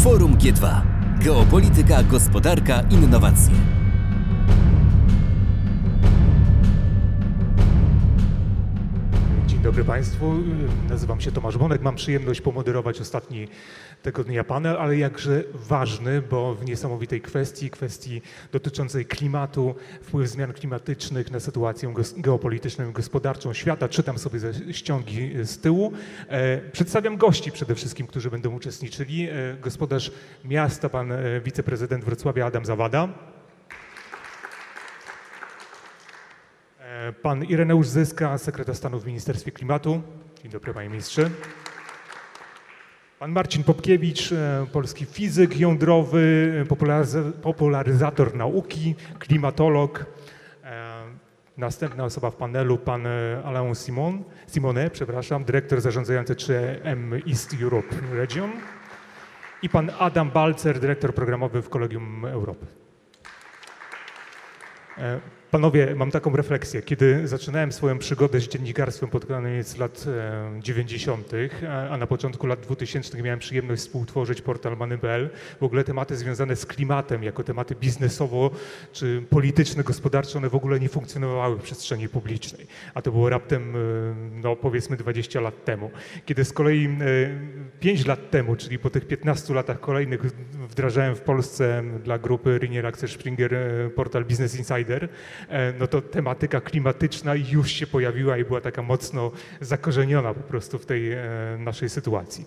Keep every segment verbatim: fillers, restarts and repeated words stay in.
Forum G dwa. Geopolityka, gospodarka, innowacje. Dzień dobry Państwu, nazywam się Tomasz Bonek, mam przyjemność pomoderować ostatni tego dnia panel, ale jakże ważny, bo w niesamowitej kwestii, kwestii dotyczącej klimatu, wpływu zmian klimatycznych na sytuację geopolityczną i gospodarczą świata. Czytam sobie ze ściągi z tyłu. E, przedstawiam gości przede wszystkim, którzy będą uczestniczyli. E, gospodarz miasta, pan e, wiceprezydent Wrocławia Adam Zawada. Pan Ireneusz Zyska, sekretarz stanu w Ministerstwie Klimatu. Dzień dobry, panie ministrze. Pan Marcin Popkiewicz, polski fizyk jądrowy, popularyzator nauki, klimatolog. Następna osoba w panelu, pan Alain Simon, Simone, przepraszam, dyrektor zarządzający trzy M East Europe Region. I pan Adam Balcer, dyrektor programowy w Kolegium Europy. Panowie, mam taką refleksję. Kiedy zaczynałem swoją przygodę z dziennikarstwem pod koniec lat dziewięćdziesiątych, a na początku lat dwutysięcznych miałem przyjemność współtworzyć portal Money kropka p l, w ogóle tematy związane z klimatem, jako tematy biznesowo czy polityczne, gospodarcze, one w ogóle nie funkcjonowały w przestrzeni publicznej. A to było raptem, no powiedzmy, dwadzieścia lat temu. Kiedy z kolei pięć lat temu, czyli po tych piętnastu latach kolejnych, wdrażałem w Polsce dla grupy Ringier Axel Springer portal Business Insider, no to tematyka klimatyczna już się pojawiła i była taka mocno zakorzeniona po prostu w tej naszej sytuacji.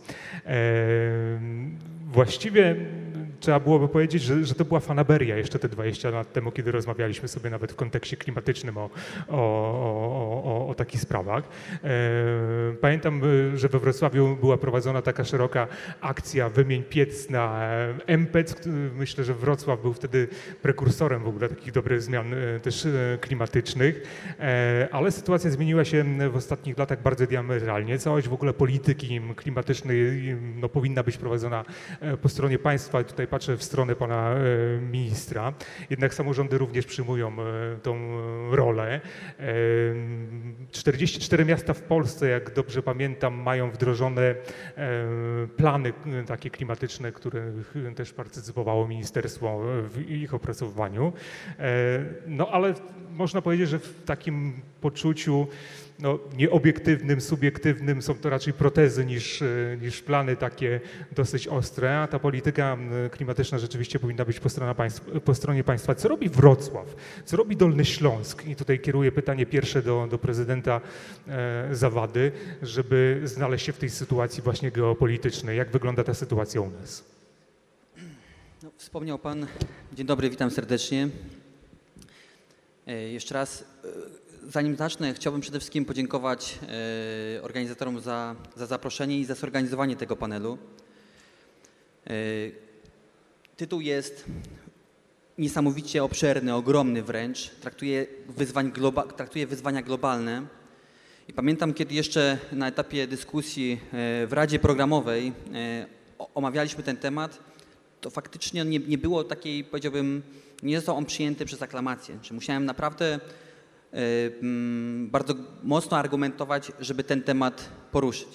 Właściwie trzeba byłoby powiedzieć, że, że to była fanaberia jeszcze te dwadzieścia lat temu, kiedy rozmawialiśmy sobie nawet w kontekście klimatycznym o, o, o, o, o takich sprawach. Pamiętam, że we Wrocławiu była prowadzona taka szeroka akcja Wymień piec na M P E C. Myślę, że Wrocław był wtedy prekursorem w ogóle takich dobrych zmian też klimatycznych, ale sytuacja zmieniła się w ostatnich latach bardzo diametralnie. Całość w ogóle polityki klimatycznej no, powinna być prowadzona po stronie państwa. Tutaj patrzę w stronę pana ministra. Jednak samorządy również przyjmują tą rolę. czterdzieści cztery miasta w Polsce, jak dobrze pamiętam, mają wdrożone plany takie klimatyczne, których też partycypowało ministerstwo w ich opracowywaniu. No ale można powiedzieć, że w takim poczuciu no, nieobiektywnym, subiektywnym są to raczej protezy niż, niż plany takie dosyć ostre, a ta polityka klimatyczna rzeczywiście powinna być po stronie państwa. Po stronie państwa. Co robi Wrocław? Co robi Dolny Śląsk? I tutaj kieruję pytanie pierwsze do, do prezydenta e, Zawady, żeby znaleźć się w tej sytuacji właśnie geopolitycznej. Jak wygląda ta sytuacja u nas? No, wspomniał pan. Dzień dobry, witam serdecznie. E, jeszcze raz. E, Zanim zacznę, chciałbym przede wszystkim podziękować e, organizatorom za, za zaproszenie i za zorganizowanie tego panelu. E, tytuł jest niesamowicie obszerny, ogromny wręcz. Traktuje, wyzwań globa, traktuje wyzwania globalne. I pamiętam, kiedy jeszcze na etapie dyskusji e, w Radzie Programowej e, omawialiśmy ten temat, to faktycznie nie, nie było takiej, powiedziałbym, nie został on przyjęty przez aklamację. Czy musiałem naprawdę bardzo mocno argumentować, żeby ten temat poruszyć.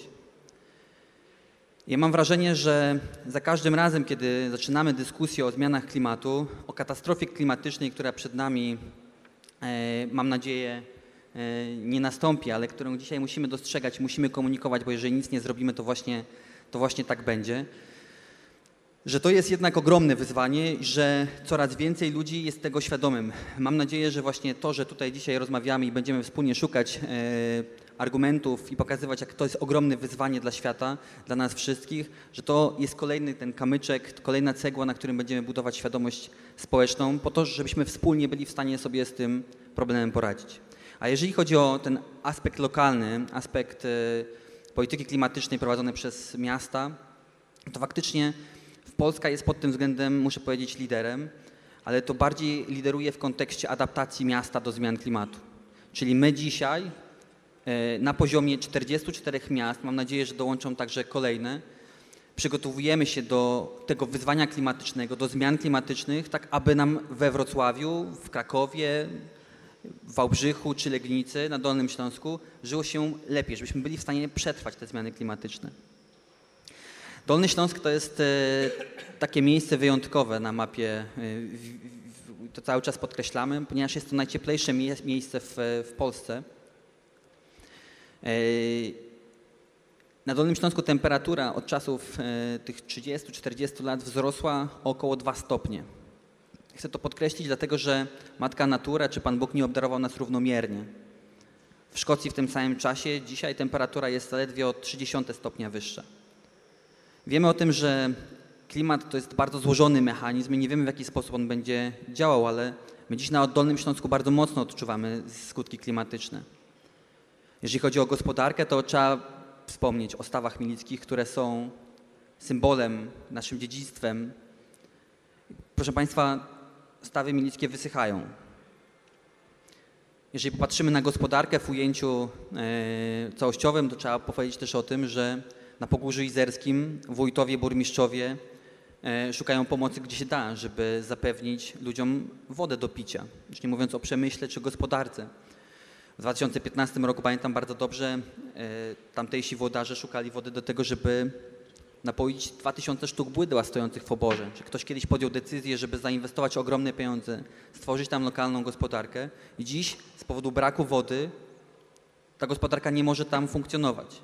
Ja mam wrażenie, że za każdym razem, kiedy zaczynamy dyskusję o zmianach klimatu, o katastrofie klimatycznej, która przed nami, mam nadzieję, nie nastąpi, ale którą dzisiaj musimy dostrzegać, musimy komunikować, bo jeżeli nic nie zrobimy, to właśnie, to właśnie tak będzie. Że to jest jednak ogromne wyzwanie i że coraz więcej ludzi jest tego świadomym. Mam nadzieję, że właśnie to, że tutaj dzisiaj rozmawiamy i będziemy wspólnie szukać e, argumentów i pokazywać, jak to jest ogromne wyzwanie dla świata, dla nas wszystkich, że to jest kolejny ten kamyczek, kolejna cegła, na którym będziemy budować świadomość społeczną, po to, żebyśmy wspólnie byli w stanie sobie z tym problemem poradzić. A jeżeli chodzi o ten aspekt lokalny, aspekt e, polityki klimatycznej prowadzonej przez miasta, to faktycznie Polska jest pod tym względem, muszę powiedzieć, liderem, ale to bardziej lideruje w kontekście adaptacji miasta do zmian klimatu. Czyli my dzisiaj na poziomie czterdziestu czterech miast, mam nadzieję, że dołączą także kolejne, przygotowujemy się do tego wyzwania klimatycznego, do zmian klimatycznych, tak aby nam we Wrocławiu, w Krakowie, w Wałbrzychu czy Legnicy na Dolnym Śląsku żyło się lepiej, żebyśmy byli w stanie przetrwać te zmiany klimatyczne. Dolny Śląsk to jest takie miejsce wyjątkowe na mapie. To cały czas podkreślamy, ponieważ jest to najcieplejsze mie- miejsce w, w Polsce. Na Dolnym Śląsku temperatura od czasów tych trzydziestu czterdziestu lat wzrosła o około dwa stopnie. Chcę to podkreślić, dlatego że Matka Natura czy Pan Bóg nie obdarował nas równomiernie. W Szkocji w tym samym czasie dzisiaj temperatura jest zaledwie o trzy dziesiąte stopnia wyższa. Wiemy o tym, że klimat to jest bardzo złożony mechanizm i nie wiemy, w jaki sposób on będzie działał, ale my dziś na Dolnym Śląsku bardzo mocno odczuwamy skutki klimatyczne. Jeżeli chodzi o gospodarkę, to trzeba wspomnieć o stawach milickich, które są symbolem, naszym dziedzictwem. Proszę Państwa, stawy milickie wysychają. Jeżeli popatrzymy na gospodarkę w ujęciu e, całościowym, to trzeba powiedzieć też o tym, że na Pogórzu Izerskim wójtowie, burmistrzowie e, szukają pomocy gdzie się da, żeby zapewnić ludziom wodę do picia. Już nie mówiąc o przemyśle czy gospodarce. W dwa tysiące piętnastym roku, pamiętam bardzo dobrze, e, tamtejsi włodarze szukali wody do tego, żeby napoić dwa tysiące sztuk bydła stojących w oborze. Czy ktoś kiedyś podjął decyzję, żeby zainwestować ogromne pieniądze, stworzyć tam lokalną gospodarkę i dziś z powodu braku wody ta gospodarka nie może tam funkcjonować.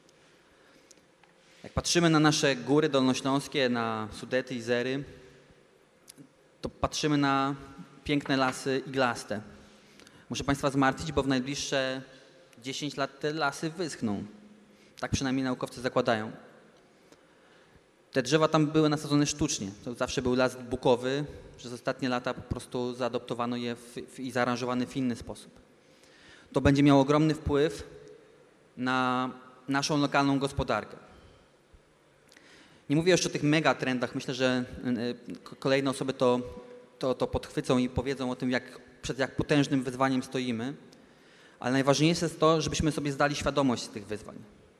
Jak patrzymy na nasze góry dolnośląskie, na Sudety, Izery, to patrzymy na piękne lasy iglaste. Muszę Państwa zmartwić, bo w najbliższe dziesięć lat te lasy wyschną. Tak przynajmniej naukowcy zakładają. Te drzewa tam były nasadzone sztucznie. To zawsze był las bukowy. Przez ostatnie lata po prostu zaadoptowano je w, w, i zaaranżowany w inny sposób. To będzie miało ogromny wpływ na naszą lokalną gospodarkę. Nie mówię jeszcze o tych megatrendach. Myślę, że y, kolejne osoby to, to, to podchwycą i powiedzą o tym, jak, przed jak potężnym wyzwaniem stoimy. Ale najważniejsze jest to, żebyśmy sobie zdali świadomość z tych wyzwań.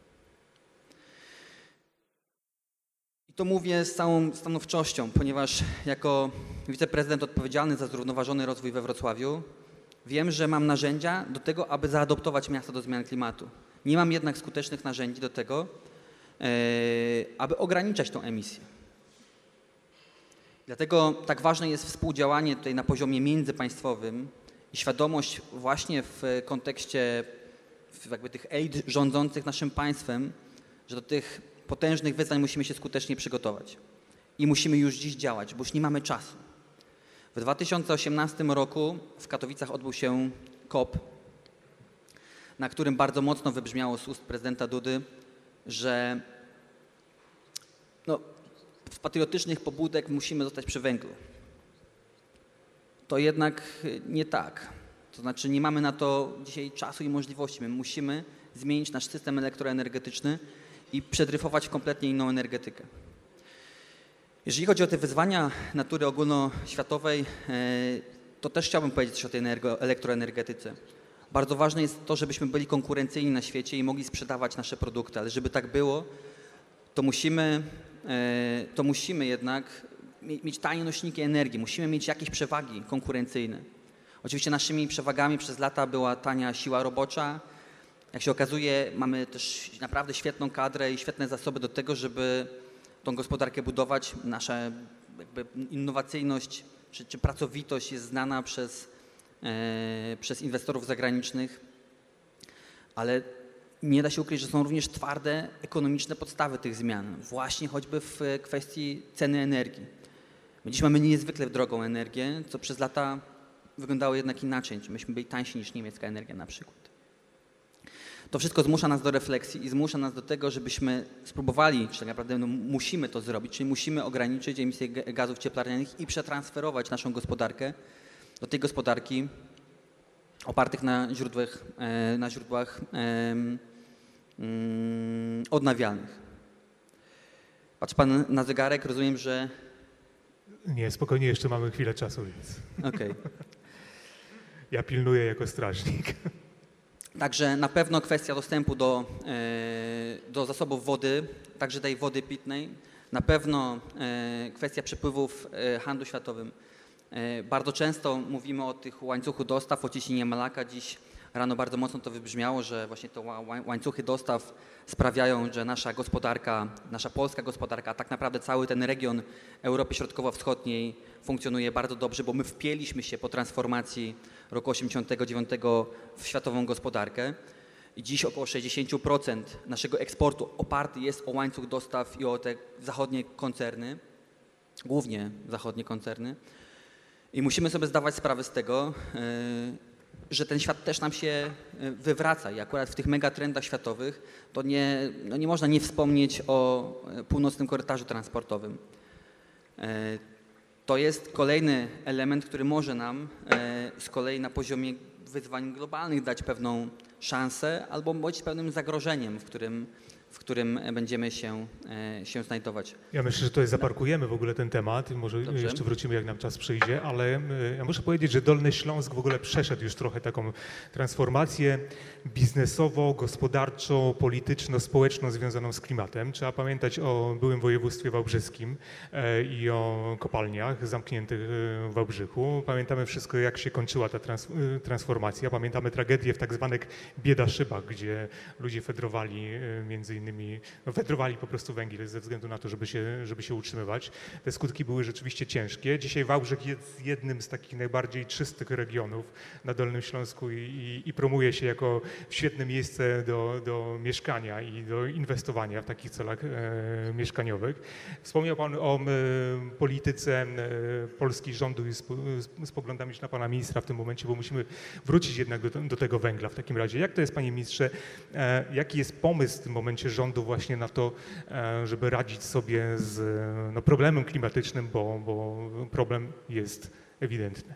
To mówię z całą stanowczością, ponieważ jako wiceprezydent odpowiedzialny za zrównoważony rozwój we Wrocławiu wiem, że mam narzędzia do tego, aby zaadoptować miasto do zmian klimatu. Nie mam jednak skutecznych narzędzi do tego, aby ograniczać tą emisję. Dlatego tak ważne jest współdziałanie tutaj na poziomie międzypaństwowym i świadomość właśnie w kontekście jakby tych elit rządzących naszym państwem, że do tych potężnych wyzwań musimy się skutecznie przygotować. I musimy już dziś działać, bo już nie mamy czasu. W dwa tysiące osiemnastym roku w Katowicach odbył się COP, na którym bardzo mocno wybrzmiało z ust prezydenta Dudy, że no, z patriotycznych pobudek musimy zostać przy węglu. To jednak nie tak. To znaczy nie mamy na to dzisiaj czasu i możliwości. My musimy zmienić nasz system elektroenergetyczny i przedryfować w kompletnie inną energetykę. Jeżeli chodzi o te wyzwania natury ogólnoświatowej, to też chciałbym powiedzieć coś o tej elektroenergetyce. Bardzo ważne jest to, żebyśmy byli konkurencyjni na świecie i mogli sprzedawać nasze produkty, ale żeby tak było, to musimy, to musimy jednak mieć tanie nośniki energii, musimy mieć jakieś przewagi konkurencyjne. Oczywiście naszymi przewagami przez lata była tania siła robocza. Jak się okazuje, mamy też naprawdę świetną kadrę i świetne zasoby do tego, żeby tą gospodarkę budować. Nasza jakby innowacyjność czy, czy pracowitość jest znana przez, e, przez inwestorów zagranicznych, ale nie da się ukryć, że są również twarde ekonomiczne podstawy tych zmian, właśnie choćby w kwestii ceny energii. My dziś mamy niezwykle drogą energię, co przez lata wyglądało jednak inaczej. Myśmy byli tańsi niż niemiecka energia na przykład. To wszystko zmusza nas do refleksji i zmusza nas do tego, żebyśmy spróbowali, czy tak naprawdę no, musimy to zrobić, czyli musimy ograniczyć emisję gazów cieplarnianych i przetransferować naszą gospodarkę do tej gospodarki opartych na źródłach, na źródłach um, um, odnawialnych. Patrz pan na zegarek, rozumiem, że... Nie, spokojnie, jeszcze mamy chwilę czasu, więc Okej. ja pilnuję jako strażnik. Także na pewno kwestia dostępu do, do zasobów wody, także tej wody pitnej, na pewno kwestia przepływów w handlu światowym. Bardzo często mówimy o tych łańcuchu dostaw, o ciśnieniu Malaka. Dziś rano bardzo mocno to wybrzmiało, że właśnie te ła- łańcuchy dostaw sprawiają, że nasza gospodarka, nasza polska gospodarka, a tak naprawdę cały ten region Europy Środkowo-Wschodniej funkcjonuje bardzo dobrze, bo my wpięliśmy się po transformacji roku osiemdziesiątego dziewiątego w światową gospodarkę. I dziś około sześćdziesiąt procent naszego eksportu oparty jest o łańcuch dostaw i o te zachodnie koncerny, głównie zachodnie koncerny. I musimy sobie zdawać sprawę z tego, yy, że ten świat też nam się yy, wywraca i akurat w tych megatrendach światowych to nie, no nie można nie wspomnieć o yy, północnym korytarzu transportowym. Yy, to jest kolejny element, który może nam yy, z kolei na poziomie wyzwań globalnych dać pewną szansę albo być pewnym zagrożeniem, w którym, w którym będziemy się, e, się znajdować. Ja myślę, że tutaj zaparkujemy w ogóle ten temat, może Dobrze. jeszcze wrócimy, jak nam czas przyjdzie, ale e, ja muszę powiedzieć, że Dolny Śląsk w ogóle przeszedł już trochę taką transformację biznesowo, gospodarczo, polityczno-społeczną związaną z klimatem. Trzeba pamiętać o byłym województwie wałbrzyskim e, i o kopalniach zamkniętych w Wałbrzychu. Pamiętamy wszystko, jak się kończyła ta trans, e, transformacja. Pamiętamy tragedię w tak zwanych biedaszybach, gdzie ludzie fedrowali e, między innymi, no fedrowali po prostu węgiel ze względu na to, żeby się, żeby się utrzymywać. Te skutki były rzeczywiście ciężkie. Dzisiaj Wałbrzych jest jednym z takich najbardziej czystych regionów na Dolnym Śląsku i, i, i promuje się jako świetne miejsce do, do mieszkania i do inwestowania w takich celach e, mieszkaniowych. Wspomniał Pan o e, polityce e, polskiej rządu i z, z, z poglądami na Pana Ministra w tym momencie, bo musimy wrócić jednak do, do tego węgla w takim razie. Jak to jest, Panie Ministrze, e, jaki jest pomysł w tym momencie rządu właśnie na to, e, żeby radzić sobie z no, problemem klimatycznym, bo, bo problem jest ewidentny?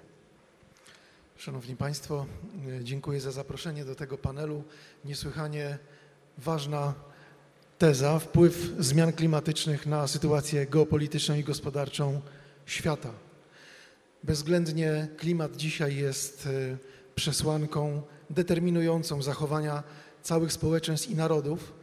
Szanowni Państwo, dziękuję za zaproszenie do tego panelu. Niesłychanie ważna teza, wpływ zmian klimatycznych na sytuację geopolityczną i gospodarczą świata. Bezwzględnie klimat dzisiaj jest przesłanką determinującą zachowania całych społeczeństw i narodów.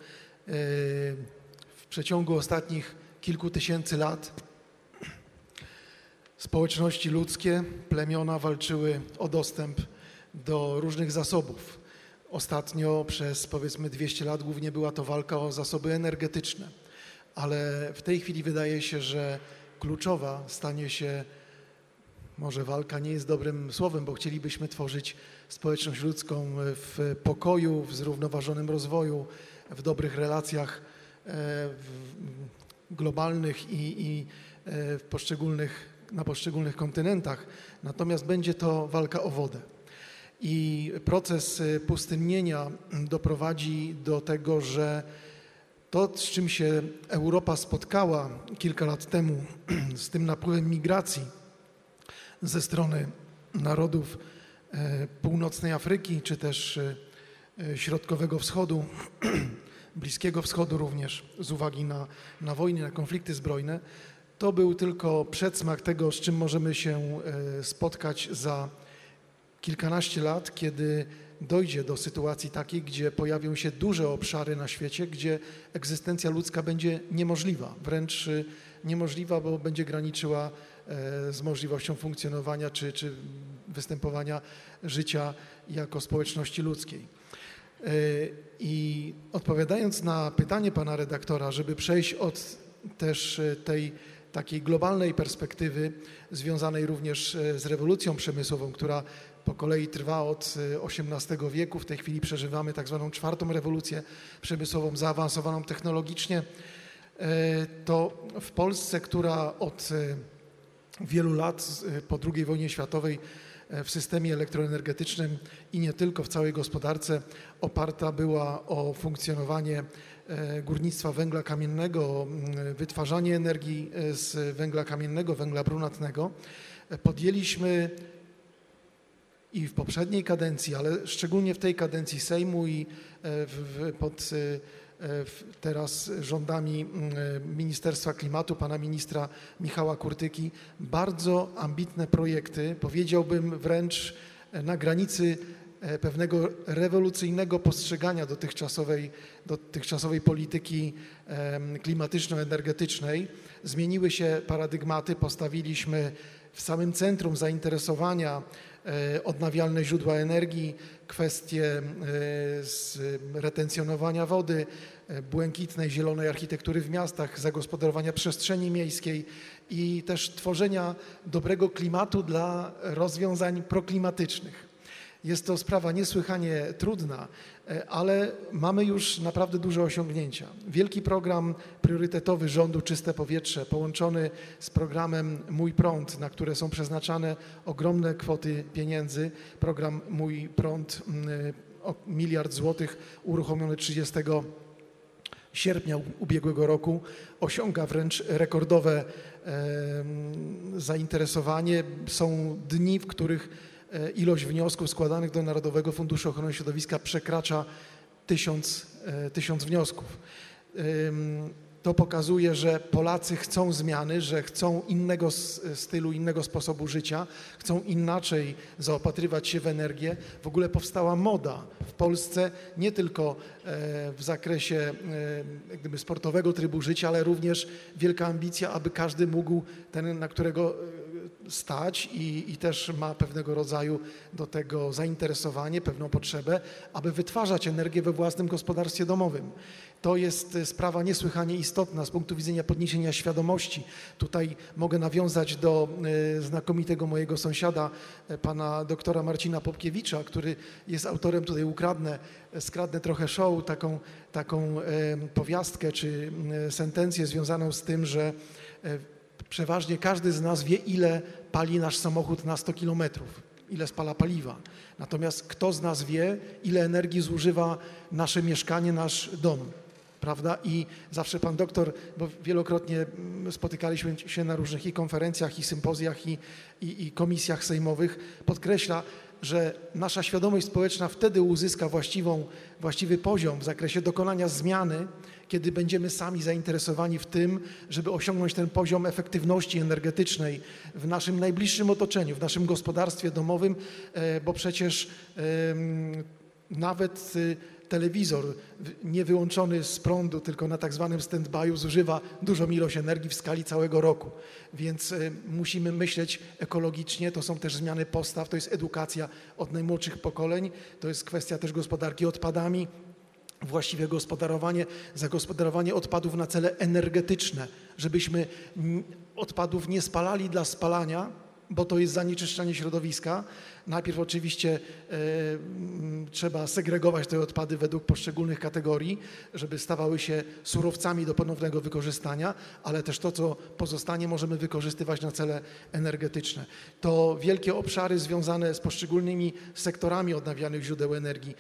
W przeciągu ostatnich kilku tysięcy lat społeczności ludzkie, plemiona walczyły o dostęp do różnych zasobów. Ostatnio przez powiedzmy dwieście lat głównie była to walka o zasoby energetyczne, ale w tej chwili wydaje się, że kluczowa stanie się, może walka nie jest dobrym słowem, bo chcielibyśmy tworzyć społeczność ludzką w pokoju, w zrównoważonym rozwoju, w dobrych relacjach globalnych i, i w poszczególnych, na poszczególnych kontynentach. Natomiast będzie to walka o wodę. I proces pustynnienia doprowadzi do tego, że to, z czym się Europa spotkała kilka lat temu, z tym napływem migracji ze strony narodów północnej Afryki, czy też Środkowego Wschodu, Bliskiego Wschodu również, z uwagi na, na wojny, na konflikty zbrojne, to był tylko przedsmak tego, z czym możemy się spotkać za kilkanaście lat, kiedy dojdzie do sytuacji takiej, gdzie pojawią się duże obszary na świecie, gdzie egzystencja ludzka będzie niemożliwa, wręcz niemożliwa, bo będzie graniczyła z możliwością funkcjonowania czy, czy występowania życia jako społeczności ludzkiej. I odpowiadając na pytanie pana redaktora, żeby przejść od też tej takiej globalnej perspektywy związanej również z rewolucją przemysłową, która po kolei trwa od osiemnastego wieku. W tej chwili przeżywamy tak zwaną czwartą rewolucję przemysłową, zaawansowaną technologicznie. To w Polsce, która od wielu lat po drugiej wojnie światowej w systemie elektroenergetycznym i nie tylko w całej gospodarce oparta była o funkcjonowanie górnictwa węgla kamiennego, wytwarzanie energii z węgla kamiennego, węgla brunatnego. Podjęliśmy i w poprzedniej kadencji, ale szczególnie w tej kadencji Sejmu i w, pod teraz rządami Ministerstwa Klimatu, pana ministra Michała Kurtyki, bardzo ambitne projekty, powiedziałbym wręcz na granicy e, pewnego rewolucyjnego postrzegania dotychczasowej, dotychczasowej polityki em, klimatyczno-energetycznej. Zmieniły się paradygmaty, postawiliśmy w samym centrum zainteresowania e, odnawialne źródła energii, kwestie e, z retencjonowania wody, e, błękitnej, zielonej architektury w miastach, zagospodarowania przestrzeni miejskiej i też tworzenia dobrego klimatu dla rozwiązań proklimatycznych. Jest to sprawa niesłychanie trudna, e, ale mamy już naprawdę duże osiągnięcia. Wielki program priorytetowy rządu Czyste Powietrze połączony z programem Mój Prąd, na które są przeznaczane ogromne kwoty pieniędzy. Program Mój Prąd, mm, o miliard złotych uruchomiony trzydziestego sierpnia ubiegłego roku, osiąga wręcz rekordowe e, zainteresowanie. Są dni, w których ilość wniosków składanych do Narodowego Funduszu Ochrony Środowiska przekracza tysiąc, tysiąc wniosków. To pokazuje, że Polacy chcą zmiany, że chcą innego stylu, innego sposobu życia, chcą inaczej zaopatrywać się w energię. W ogóle powstała moda w Polsce nie tylko w zakresie jak gdyby sportowego trybu życia, ale również wielka ambicja, aby każdy mógł ten, na którego stać i, i też ma pewnego rodzaju do tego zainteresowanie, pewną potrzebę, aby wytwarzać energię we własnym gospodarstwie domowym. To jest sprawa niesłychanie istotna z punktu widzenia podniesienia świadomości. Tutaj mogę nawiązać do e, znakomitego mojego sąsiada, e, pana doktora Marcina Popkiewicza, który jest autorem, tutaj ukradnę, skradnę trochę show, taką, taką e, powiastkę czy e, sentencję związaną z tym, że e, przeważnie każdy z nas wie, ile pali nasz samochód na sto kilometrów, ile spala paliwa. Natomiast kto z nas wie, ile energii zużywa nasze mieszkanie, nasz dom, prawda? I zawsze pan doktor, bo wielokrotnie spotykaliśmy się na różnych i konferencjach, i sympozjach, i, i, i komisjach sejmowych, podkreśla, że nasza świadomość społeczna wtedy uzyska właściwą, właściwy poziom w zakresie dokonania zmiany, kiedy będziemy sami zainteresowani w tym, żeby osiągnąć ten poziom efektywności energetycznej w naszym najbliższym otoczeniu, w naszym gospodarstwie domowym, bo przecież nawet telewizor nie wyłączony z prądu, tylko na tak zwanym stand-by'u zużywa dużą ilość energii w skali całego roku. Więc musimy myśleć ekologicznie, to są też zmiany postaw, to jest edukacja od najmłodszych pokoleń, to jest kwestia też gospodarki odpadami, właściwe gospodarowanie, zagospodarowanie odpadów na cele energetyczne, żebyśmy odpadów nie spalali dla spalania, bo to jest zanieczyszczanie środowiska. Najpierw oczywiście e, trzeba segregować te odpady według poszczególnych kategorii, żeby stawały się surowcami do ponownego wykorzystania, ale też to, co pozostanie, możemy wykorzystywać na cele energetyczne. To wielkie obszary związane z poszczególnymi sektorami odnawialnych źródeł energii.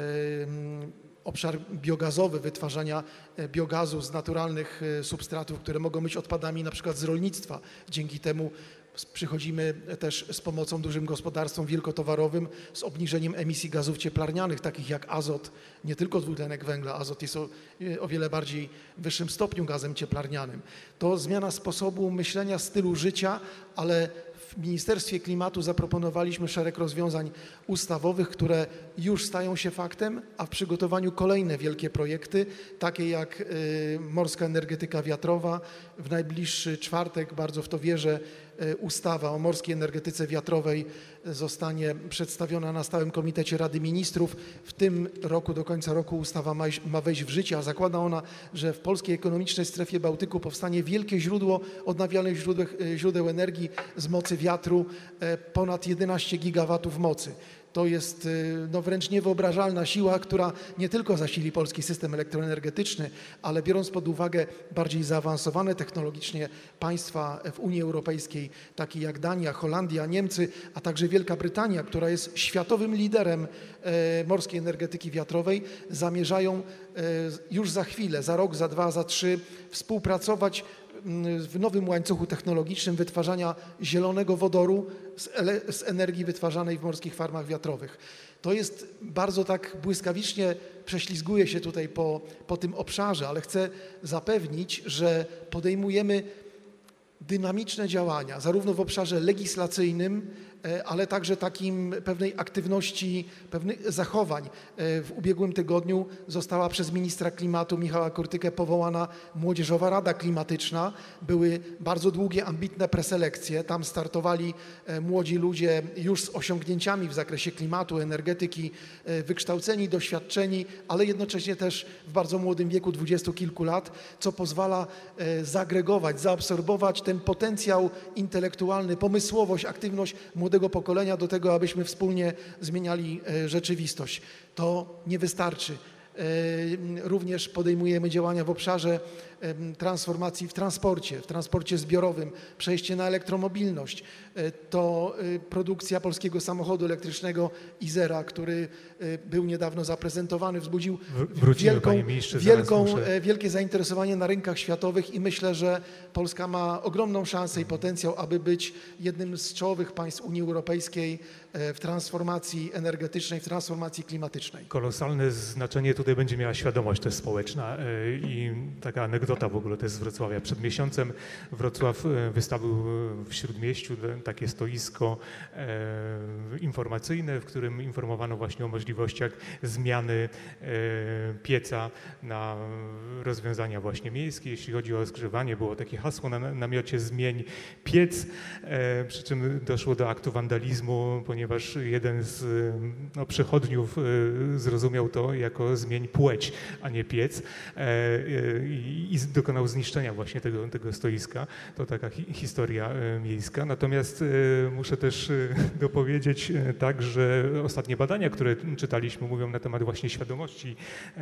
E, Obszar biogazowy, wytwarzania biogazu z naturalnych substratów, które mogą być odpadami na przykład z rolnictwa. Dzięki temu przychodzimy też z pomocą dużym gospodarstwom wielkotowarowym, z obniżeniem emisji gazów cieplarnianych, takich jak azot, nie tylko dwutlenek węgla, azot jest o, o wiele bardziej wyższym stopniu gazem cieplarnianym. To zmiana sposobu myślenia, stylu życia, ale w Ministerstwie Klimatu zaproponowaliśmy szereg rozwiązań ustawowych, które już stają się faktem, a w przygotowaniu kolejne wielkie projekty, takie jak y, morska energetyka wiatrowa. W najbliższy czwartek, bardzo w to wierzę, y, ustawa o morskiej energetyce wiatrowej zostanie przedstawiona na Stałym Komitecie Rady Ministrów. W tym roku, do końca roku ustawa ma, ma wejść w życie, a zakłada ona, że w polskiej ekonomicznej strefie Bałtyku powstanie wielkie źródło odnawialnych źródeł, źródeł energii z mocy wiatru, ponad jedenaście gigawatów mocy. To jest no, wręcz niewyobrażalna siła, która nie tylko zasili polski system elektroenergetyczny, ale biorąc pod uwagę bardziej zaawansowane technologicznie państwa w Unii Europejskiej, takie jak Dania, Holandia, Niemcy, a także Wielka Brytania, która jest światowym liderem e, morskiej energetyki wiatrowej, zamierzają e, już za chwilę, za rok, za dwa, za trzy współpracować w nowym łańcuchu technologicznym wytwarzania zielonego wodoru z, ele- z energii wytwarzanej w morskich farmach wiatrowych. To jest bardzo tak błyskawicznie, prześlizguje się tutaj po, po tym obszarze, ale chcę zapewnić, że podejmujemy dynamiczne działania, zarówno w obszarze legislacyjnym, ale także takim pewnej aktywności, pewnych zachowań. W ubiegłym tygodniu została przez ministra klimatu Michała Kurtykę powołana Młodzieżowa Rada Klimatyczna. Były bardzo długie, ambitne preselekcje. Tam startowali młodzi ludzie już z osiągnięciami w zakresie klimatu, energetyki, wykształceni, doświadczeni, ale jednocześnie też w bardzo młodym wieku, dwudziestu kilku lat, co pozwala zaagregować, zaabsorbować ten potencjał intelektualny, pomysłowość, aktywność młodego pokolenia do tego, abyśmy wspólnie zmieniali rzeczywistość. To nie wystarczy. Również podejmujemy działania w obszarze transformacji w transporcie, w transporcie zbiorowym, przejście na elektromobilność. To produkcja polskiego samochodu elektrycznego Izera, który był niedawno zaprezentowany, wzbudził Wrócimy, wielką, panie ministrze, zaraz wielką, muszę- wielkie zainteresowanie na rynkach światowych i myślę, że Polska ma ogromną szansę i potencjał, aby być jednym z czołowych państw Unii Europejskiej w transformacji energetycznej, w transformacji klimatycznej. Kolosalne znaczenie tutaj będzie miała świadomość też społeczna yy, i taka anegdota w ogóle też z Wrocławia. Przed miesiącem Wrocław yy, wystawił w Śródmieściu takie stoisko yy, informacyjne, w którym informowano właśnie o możliwościach zmiany yy, pieca na rozwiązania właśnie miejskie. Jeśli chodzi o rozgrzewanie, było takie hasło na namiocie zmień piec, yy, przy czym doszło do aktu wandalizmu, ponieważ jeden z no, przechodniów yy, zrozumiał to jako zmień płeć, a nie piec yy, i dokonał zniszczenia właśnie tego, tego stoiska. To taka hi historia e, miejska. Natomiast e, muszę też e, dopowiedzieć e, tak, że ostatnie badania, które czytaliśmy, mówią na temat właśnie świadomości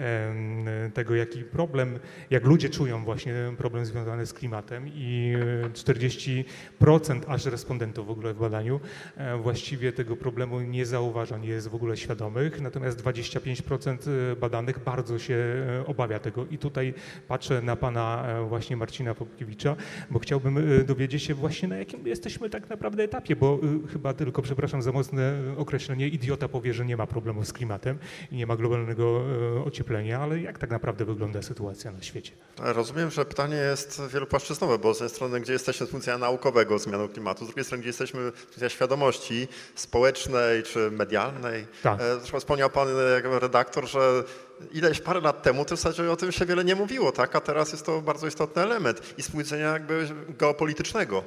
e, tego, jaki problem, jak ludzie czują właśnie problem związany z klimatem i czterdzieści procent aż respondentów w ogóle w badaniu e, właściwie tego problemu nie zauważa, nie jest w ogóle świadomych, natomiast dwadzieścia pięć procent badanych bardzo się obawia tego i tutaj patrzę na pana właśnie Marcina Popkiewicza, bo chciałbym dowiedzieć się właśnie, na jakim jesteśmy tak naprawdę etapie, bo chyba tylko, przepraszam za mocne określenie, idiota powie, że nie ma problemu z klimatem i nie ma globalnego ocieplenia, ale jak tak naprawdę wygląda sytuacja na świecie? Rozumiem, że pytanie jest wielopłaszczyznowe, bo z jednej strony, gdzie jesteśmy z funkcja naukowego zmiany klimatu, z drugiej strony, gdzie jesteśmy z funkcja świadomości społecznej czy medialnej. Tak. Zresztą wspomniał pan jako redaktor, że ileś parę lat temu to w zasadzie o tym się wiele nie mówiło, tak? A teraz jest to bardzo istotny element i z punktu widzenia jakby geopolitycznego.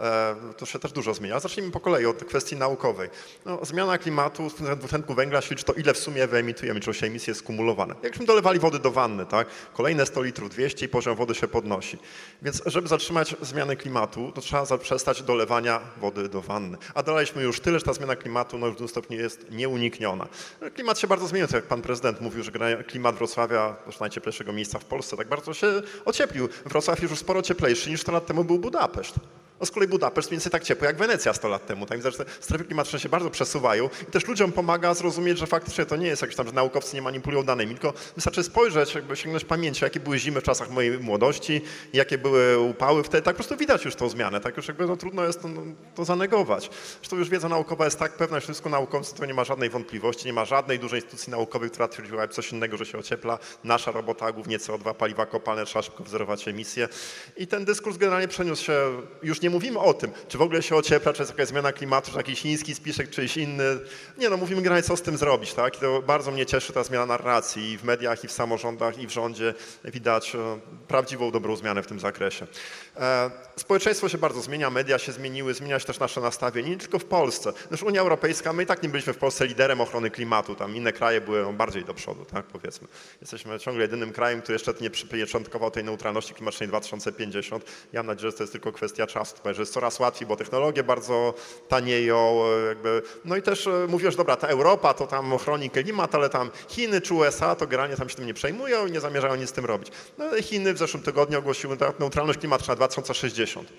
To się też dużo zmienia. Zacznijmy po kolei od kwestii naukowej. No, zmiana klimatu, dwutlenku węgla świadczy to, ile w sumie wyemitujemy, czy się emisje skumulowane. Jakbyśmy dolewali wody do wanny, tak? Kolejne sto litrów, dwieście i poziom wody się podnosi. Więc żeby zatrzymać zmianę klimatu, to trzeba zaprzestać dolewania wody do wanny. A dolaliśmy już tyle, że ta zmiana klimatu no, już w dużym stopniu jest nieunikniona. Klimat się bardzo zmienił, tak jak pan prezydent mówił, że klimat Wrocławia, zresztą najcieplejszego miejsca w Polsce, tak bardzo się ocieplił. Wrocław jest już sporo cieplejszy niż sto lat temu był Budapeszt. A z kolei Budapeszt mniej więcej tak ciepły jak Wenecja sto lat temu. Tak więc te strefy klimatyczne się bardzo przesuwają i też ludziom pomaga zrozumieć, że faktycznie to nie jest jakieś tam, że naukowcy nie manipulują danymi, tylko wystarczy spojrzeć, jakby sięgnąć pamięcią, jakie były zimy w czasach mojej młodości, jakie były upały wtedy. Tak po prostu widać już tą zmianę, tak już jakby no, trudno jest to, no, to zanegować. Zresztą już wiedza naukowa jest tak pewna, że wszystko naukowcy to nie ma żadnej wątpliwości, nie ma żadnej dużej instytucji naukowej, która twierdziłaby coś innego, że się ociepla. Nasza robota, głównie C O dwa, paliwa kopalne, trzeba szybko wzorować emisje. I ten dyskurs generalnie przeniósł się, już nie mówimy o tym, czy w ogóle się ociepla, czy jest jakaś zmiana klimatu, czy jakiś chiński spiszek, czyjś inny. Nie no, mówimy generalnie, co z tym zrobić, tak? I to bardzo mnie cieszy ta zmiana narracji i w mediach, i w samorządach, i w rządzie widać e, prawdziwą, dobrą zmianę w tym zakresie. E, społeczeństwo się bardzo zmienia, media się zmieniły, zmienia się też nasze nastawienie, nie tylko w Polsce. Zresztą Unia Europejska, my i tak nie byliśmy w Polsce liderem ochrony klimatu, tam inne kraje były no, bardziej do przodu, tak powiedzmy. Jesteśmy ciągle jedynym krajem, który jeszcze nie przypieczętkował tej neutralności klimatycznej dwa tysiące pięćdziesiąt. Ja mam nadzieję, że to jest tylko kwestia czasu, że jest coraz łatwiej, bo technologie bardzo tanieją, jakby. No i też mówisz, dobra, ta Europa to tam ochroni klimat, ale tam Chiny czy U S A to generalnie tam się tym nie przejmują i nie zamierzają nic z tym robić. No ale Chiny w zeszłym tygodniu ogłosiły neutralność klimatyczną na dwa tysiące sześćdziesiąt.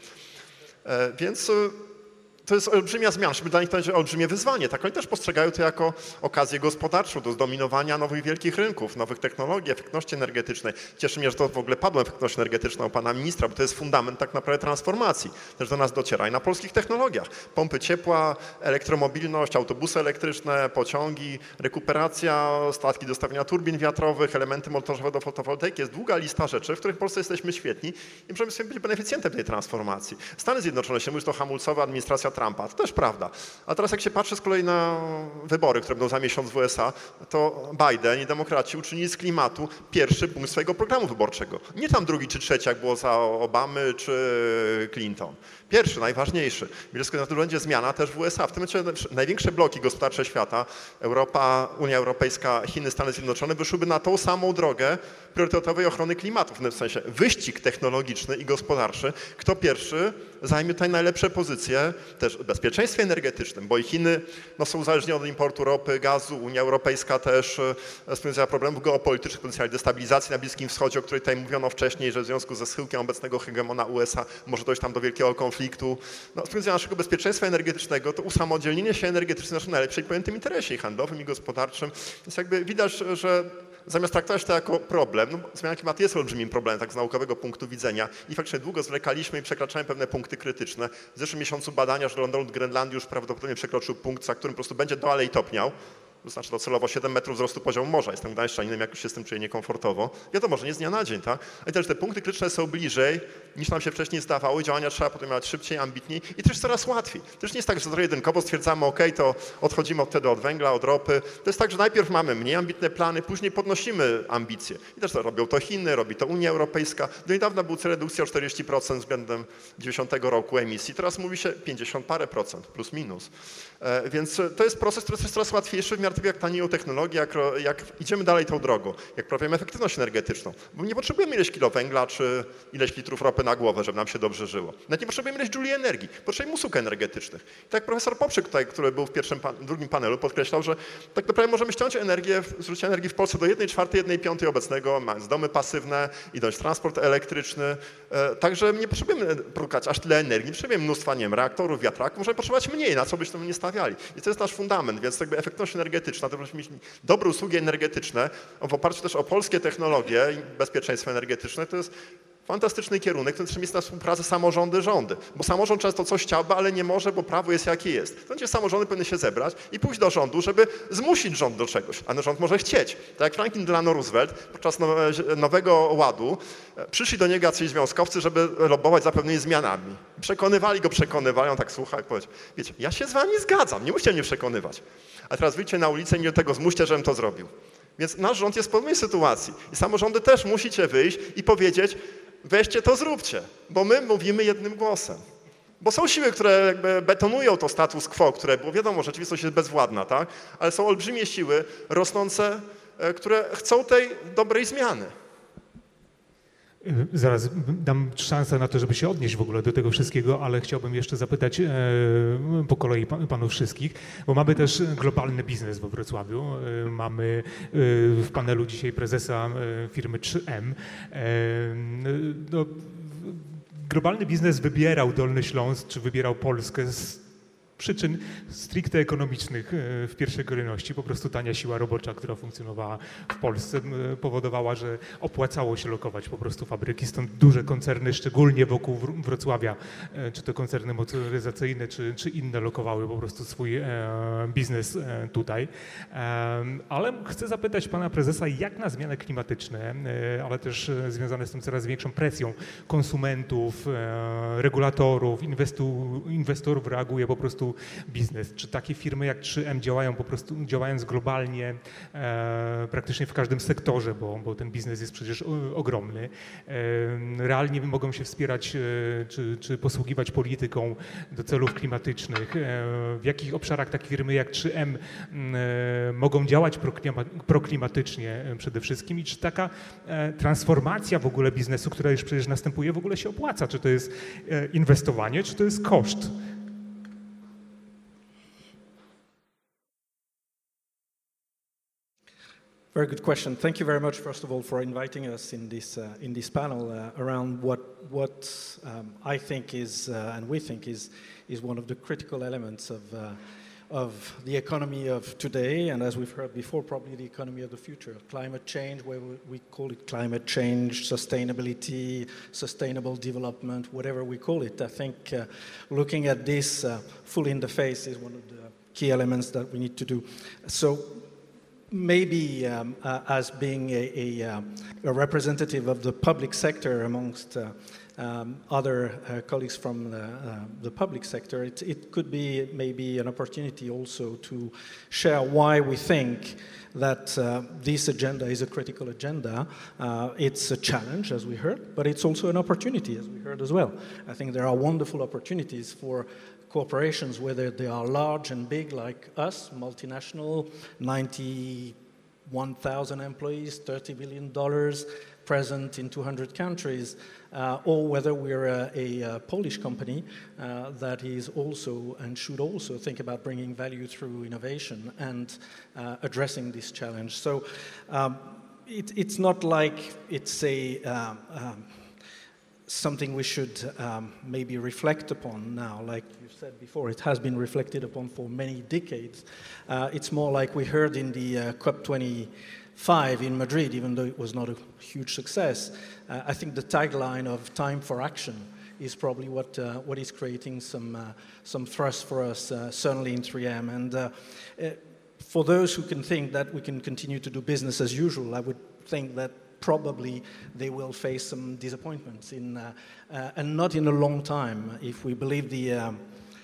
E, więc to jest olbrzymia zmiana, żeby dla nich to będzie olbrzymie wyzwanie. Tak, oni też postrzegają to jako okazję gospodarczą do zdominowania nowych wielkich rynków, nowych technologii, efektywności energetycznej. Cieszy mnie, że to w ogóle padło efektywność energetyczna u pana ministra, bo to jest fundament tak naprawdę transformacji. Też do nas dociera i na polskich technologiach. Pompy ciepła, elektromobilność, autobusy elektryczne, pociągi, rekuperacja, statki do stawiania turbin wiatrowych, elementy motorzowe do fotowoltaiki. Jest długa lista rzeczy, w których w Polsce jesteśmy świetni i możemy sobie być beneficjentem tej transformacji. Stany Zjednoczone się mówi, że to hamulcowa administracja Trumpa Trumpa. To też prawda. A teraz jak się patrzy z kolei na wybory, które będą za miesiąc w U S A, to Biden i demokraci uczynili z klimatu pierwszy punkt swojego programu wyborczego. Nie tam drugi czy trzeci, jak było za Obamy czy Clinton. Pierwszy, najważniejszy. Wielko na to będzie zmiana też w U S A. W tym momencie największe bloki gospodarcze świata, Europa, Unia Europejska, Chiny, Stany Zjednoczone, wyszłyby na tą samą drogę priorytetowej ochrony klimatu. W tym sensie wyścig technologiczny i gospodarczy. Kto pierwszy zajmie tutaj najlepsze pozycje też w bezpieczeństwie energetycznym, bo i Chiny no, są uzależnione od importu ropy, gazu, Unia Europejska też z powodu problemów geopolitycznych, potencjalnej destabilizacji na Bliskim Wschodzie, o której tutaj mówiono wcześniej, że w związku ze schyłkiem obecnego hegemona U S A może dojść tam do wielkiego konfliktu. No, z powodu naszego bezpieczeństwa energetycznego to usamodzielnienie się energetyczne w naszym najlepszej pojętym interesie i handlowym, i gospodarczym. Więc jakby widać, że zamiast traktować to jako problem, no zmiana klimatu jest olbrzymim problemem tak z naukowego punktu widzenia i faktycznie długo zwlekaliśmy i przekraczamy pewne punkty krytyczne. W zeszłym miesiącu badania, że lądolud Grenlandii już prawdopodobnie przekroczył punkt, za którym po prostu będzie dalej topniał. To znaczy docelowo siedem metrów wzrostu poziomu morza. Jestem gdańszczaninem, jakoś się z tym czuję niekomfortowo. Wiadomo, że nie z dnia na dzień, tak? Ale też te punkty krytyczne są bliżej, niż nam się wcześniej zdawało i działania trzeba podejmować szybciej, ambitniej i też coraz łatwiej. To też nie jest tak, że to jedynkowo stwierdzamy, ok, to odchodzimy wtedy od węgla, od ropy. To jest tak, że najpierw mamy mniej ambitne plany, później podnosimy ambicje. I też to robią to Chiny, robi to Unia Europejska. Do niedawna był cel redukcji o czterdzieści procent względem dziewięćdziesiątego roku emisji. Teraz mówi się pięćdziesiąt parę procent, plus minus. E, więc to jest proces, który jest coraz łatwiejszy w miarę tego, jak tanieją technologie, jak, jak idziemy dalej tą drogą, jak poprawiamy efektywność energetyczną. Bo nie potrzebujemy ileś kilo węgla, czy ileś litrów ropy na głowę, żeby nam się dobrze żyło. Nawet nie potrzebujemy ileś jouli energii, potrzebujemy usług energetycznych. I tak jak profesor Poprzyk tutaj, który był w pierwszym, drugim panelu, podkreślał, że tak naprawdę możemy ściąć energię, zużycie energii w Polsce do jednej czwartej, jednej piątej obecnego, mając domy pasywne, idąc transport elektryczny. Także nie potrzebujemy produkować aż tyle energii, nie potrzebujemy mnóstwa, nie wiem, reaktorów, wiatraków, możemy potrzebować mniej, na co byśmy nie stawiali. I to jest nasz fundament, więc jakby efektywność energetyczna, to mieć dobre usługi energetyczne, w oparciu też o polskie technologie i bezpieczeństwo energetyczne, to jest fantastyczny kierunek, ten czym jest na współpracę samorządy, rządy. Bo samorząd często coś chciałby, ale nie może, bo prawo jest jakie jest. To znaczy samorządy powinny się zebrać i pójść do rządu, żeby zmusić rząd do czegoś. A rząd może chcieć. Tak jak Franklin Delano Roosevelt podczas Nowego Ładu przyszli do niego jacyś związkowcy, żeby lobbować za pewnymi zmianami. Przekonywali go, przekonywali, on tak słucha i powiedział, wiecie, ja się z wami zgadzam, nie musicie mnie przekonywać. A teraz wyjdźcie na ulicę i mnie do tego zmuście, żebym to zrobił. Więc nasz rząd jest w podobnej sytuacji. I samorządy też musicie wyjść i powiedzieć, weźcie to zróbcie, bo my mówimy jednym głosem. Bo są siły, które jakby betonują to status quo, które było wiadomo, rzeczywistość jest bezwładna, tak? Ale są olbrzymie siły rosnące, które chcą tej dobrej zmiany. Zaraz dam szansę na to, żeby się odnieść w ogóle do tego wszystkiego, ale chciałbym jeszcze zapytać e, po kolei pan, panów wszystkich, bo mamy też globalny biznes we Wrocławiu. E, mamy e, w panelu dzisiaj prezesa e, firmy trzy M. E, no, globalny biznes wybierał Dolny Śląsk, czy wybierał Polskę z przyczyn stricte ekonomicznych w pierwszej kolejności. Po prostu tania siła robocza, która funkcjonowała w Polsce, powodowała, że opłacało się lokować po prostu fabryki. Stąd duże koncerny, szczególnie wokół Wrocławia, czy to koncerny motoryzacyjne, czy, czy inne lokowały po prostu swój biznes tutaj. Ale chcę zapytać pana prezesa, jak na zmiany klimatyczne, ale też związane z tym coraz większą presją konsumentów, regulatorów, inwestu, inwestorów reaguje po prostu biznes. Czy takie firmy jak trzy M działają po prostu, działając globalnie e, praktycznie w każdym sektorze, bo, bo ten biznes jest przecież o, ogromny, e, realnie mogą się wspierać e, czy, czy posługiwać polityką do celów klimatycznych? E, w jakich obszarach takie firmy jak trzy M e, mogą działać proklima, proklimatycznie przede wszystkim i czy taka e, transformacja w ogóle biznesu, która już przecież następuje, w ogóle się opłaca? Czy to jest e, inwestowanie, czy to jest koszt? Very good question. Thank you very much, first of all, for inviting us in this uh, in this panel uh, around what what um, I think is uh, and we think is is one of the critical elements of uh, of the economy of today, and as we've heard before, probably the economy of the future. Climate change, where we, we call it climate change, sustainability, sustainable development, whatever we call it. I think uh, looking at this uh, full in the face is one of the key elements that we need to do. So. Maybe um, uh, as being a, a, uh, a representative of the public sector amongst uh, um, other uh, colleagues from the, uh, the public sector, it, it could be maybe an opportunity also to share why we think that uh, this agenda is a critical agenda. Uh, it's a challenge, as we heard, but it's also an opportunity, as we heard as well. I think there are wonderful opportunities for corporations, whether they are large and big like us, multinational, ninety-one thousand employees, thirty billion dollars, present in two hundred countries, uh, or whether we're a, a, a Polish company uh, that is also and should also think about bringing value through innovation and uh, addressing this challenge. So um, it, it's not like it's a um, um, something we should um, maybe reflect upon now. Like you said before, it has been reflected upon for many decades. Uh, it's more like we heard in the uh, COP twenty-five in Madrid, even though it was not a huge success. Uh, I think the tagline of "Time for Action" is probably what uh, what is creating some uh, some thrust for us, uh, certainly in three M. And uh, uh, for those who can think that we can continue to do business as usual, I would think that probably they will face some disappointments in, uh, uh, and not in a long time. If we believe the um,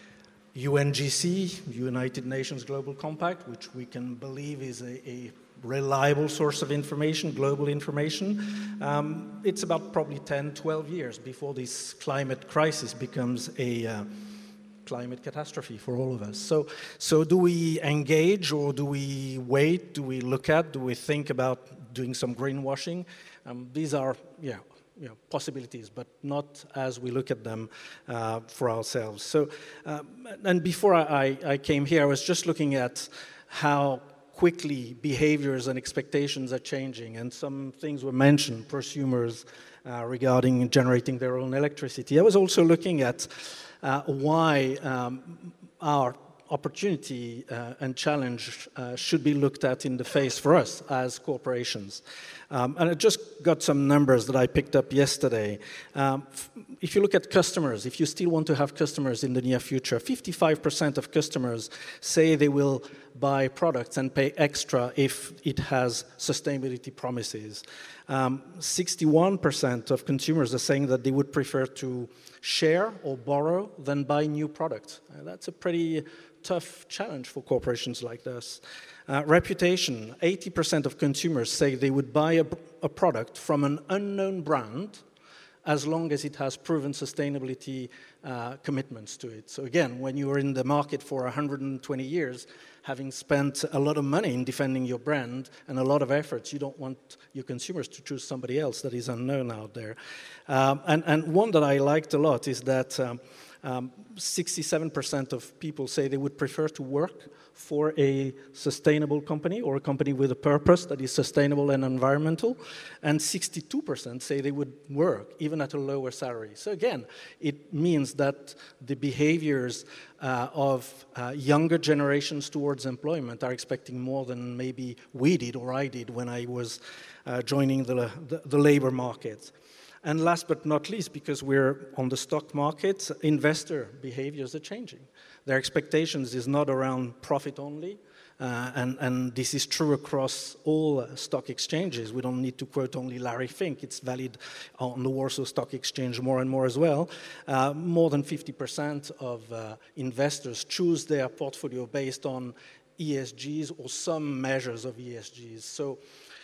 U N G C, United Nations Global Compact, which we can believe is a, a reliable source of information, global information, um, it's about probably ten, twelve years before this climate crisis becomes a uh, climate catastrophe for all of us. So, so do we engage, or do we wait? Do we look at, do we think about doing some greenwashing? Um, these are, yeah, you know, possibilities, but not as we look at them uh, for ourselves. So, um, and before I, I came here, I was just looking at how quickly behaviors and expectations are changing, and some things were mentioned, prosumers uh, regarding generating their own electricity. I was also looking at uh, why um, our opportunity uh, and challenge uh, should be looked at in the face for us as corporations. Um, and I just got some numbers that I picked up yesterday. Um, f- if you look at customers, if you still want to have customers in the near future, fifty-five percent of customers say they will buy products and pay extra if it has sustainability promises. Um, sixty-one percent of consumers are saying that they would prefer to share or borrow than buy new products. Uh, that's a pretty tough challenge for corporations like this. Uh, reputation, eighty percent of consumers say they would buy a, a product from an unknown brand as long as it has proven sustainability uh, commitments to it. So again, when you are in the market for one hundred twenty years, having spent a lot of money in defending your brand and a lot of efforts, you don't want your consumers to choose somebody else that is unknown out there. Um, and, and one that I liked a lot is that um, um, sixty-seven percent of people say they would prefer to work for a sustainable company or a company with a purpose that is sustainable and environmental, and sixty-two percent say they would work even at a lower salary. So again, it means that the behaviors uh, of uh, younger generations towards employment are expecting more than maybe we did or I did when I was uh, joining the, the, the labor market. And last but not least, because we're on the stock market, investor behaviors are changing. Their expectations is not around profit only, uh, and, and this is true across all uh, stock exchanges. We don't need to quote only Larry Fink. It's valid on the Warsaw Stock Exchange more and more as well. Uh, more than fifty percent of uh, investors choose their portfolio based on E S Gs or some measures of E S Gs. So,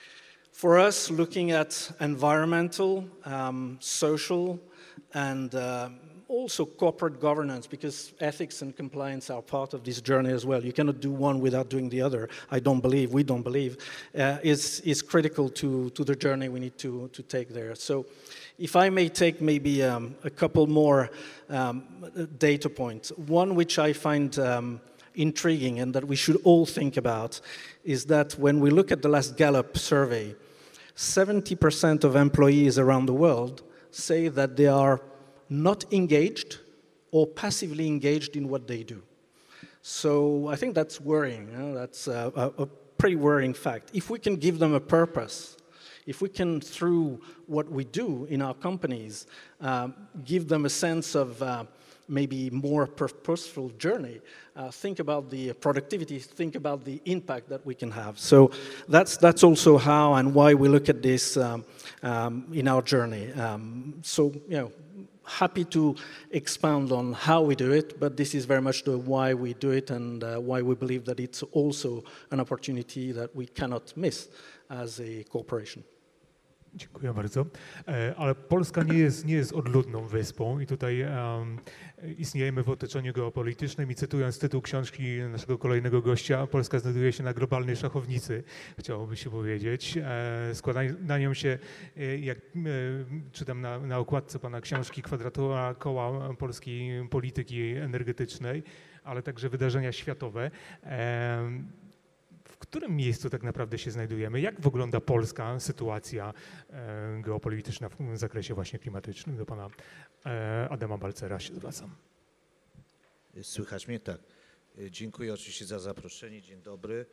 for us, looking at environmental, um, social, and uh, also corporate governance, because ethics and compliance are part of this journey as well. You cannot do one without doing the other. I don't believe, we don't believe, uh, is, is critical to, to the journey we need to, to take there. So if I may take maybe um, a couple more um, data points. One which I find um, intriguing and that we should all think about is that when we look at the last Gallup survey, seventy percent of employees around the world say that they are not engaged or passively engaged in what they do. So I think that's worrying. You know? That's a, a, a pretty worrying fact. If we can give them a purpose, if we can, through what we do in our companies, um, give them a sense of uh, maybe more purposeful journey, uh, think about the productivity, think about the impact that we can have. So that's that's also how and why we look at this um, um, in our journey. Um, so, you know, happy to expound on how we do it, but this is very much the why we do it and uh, why we believe that it's also an opportunity that we cannot miss as a corporation. Dziękuję bardzo. E, Ale Polska nie jest, nie jest odludną wyspą i tutaj um, istniejemy w otoczeniu geopolitycznym i cytując tytuł książki naszego kolejnego gościa, Polska znajduje się na globalnej szachownicy, chciałoby się powiedzieć. E, składa na nią się, e, jak e, czytam na, na okładce pana książki, kwadratura koła polskiej polityki energetycznej, ale także wydarzenia światowe. E, W którym miejscu tak naprawdę się znajdujemy? Jak wygląda polska sytuacja e, geopolityczna w zakresie właśnie klimatycznym? Do pana e, Adama Balcera się zwracam. Słychać mnie? Tak. Dziękuję oczywiście za zaproszenie. Dzień dobry.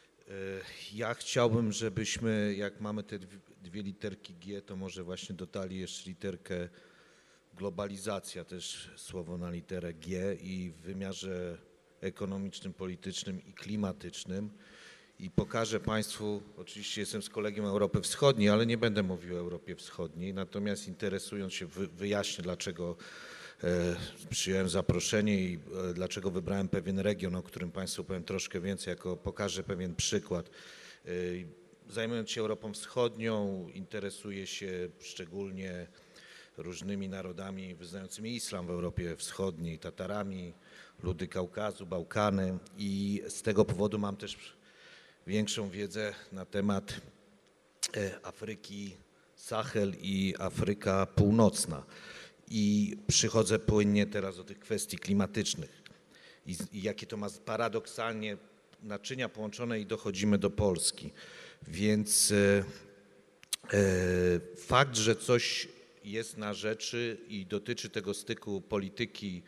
Ja chciałbym, żebyśmy, jak mamy te dwie literki G, to może właśnie dodali jeszcze literkę globalizacja, też słowo na literę G i w wymiarze ekonomicznym, politycznym i klimatycznym. I pokażę Państwu, oczywiście jestem z Kolegium Europy Wschodniej, ale nie będę mówił o Europie Wschodniej, natomiast interesując się, wyjaśnię, dlaczego e, przyjąłem zaproszenie i e, dlaczego wybrałem pewien region, o którym Państwu powiem troszkę więcej, jako pokażę pewien przykład. E, zajmując się Europą Wschodnią, interesuję się szczególnie różnymi narodami wyznającymi islam w Europie Wschodniej, Tatarami, ludy Kaukazu, Bałkany i z tego powodu mam też większą wiedzę na temat Afryki, Sahel i Afryka Północna. I przychodzę płynnie teraz do tych kwestii klimatycznych i, i jakie to ma paradoksalnie naczynia połączone i dochodzimy do Polski. Więc e, e, fakt, że coś jest na rzeczy i dotyczy tego styku polityki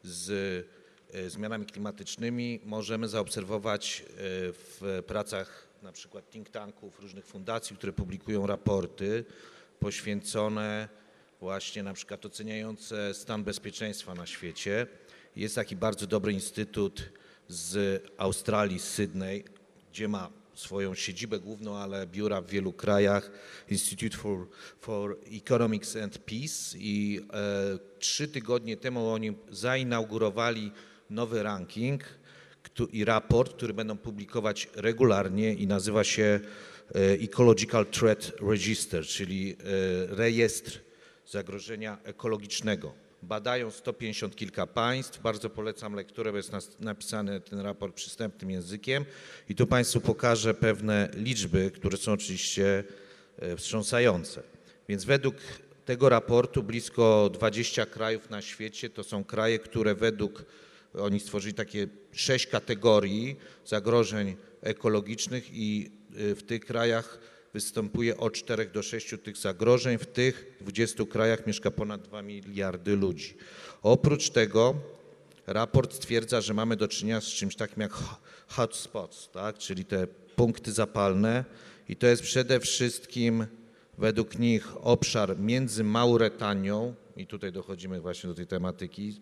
z zmianami klimatycznymi możemy zaobserwować w pracach na przykład think tanków, różnych fundacji, które publikują raporty poświęcone właśnie na przykład oceniające stan bezpieczeństwa na świecie. Jest taki bardzo dobry instytut z Australii, z Sydney, gdzie ma swoją siedzibę główną, ale biura w wielu krajach, Institute for, for Economics and Peace i e, trzy tygodnie temu oni zainaugurowali nowy ranking i raport, który będą publikować regularnie i nazywa się Ecological Threat Register, czyli rejestr zagrożenia ekologicznego. Badają sto pięćdziesiąt kilka państw, bardzo polecam lekturę, bo jest napisany ten raport przystępnym językiem i tu Państwu pokażę pewne liczby, które są oczywiście wstrząsające. Więc według tego raportu blisko dwadzieścia krajów na świecie to są kraje, które według Oni stworzyli takie sześć kategorii zagrożeń ekologicznych i w tych krajach występuje od czterech do sześciu tych zagrożeń. W tych dwudziestu krajach mieszka ponad dwa miliardy ludzi. Oprócz tego raport stwierdza, że mamy do czynienia z czymś takim jak hotspots, tak? Czyli te punkty zapalne i to jest przede wszystkim według nich obszar między Mauretanią i tutaj dochodzimy właśnie do tej tematyki,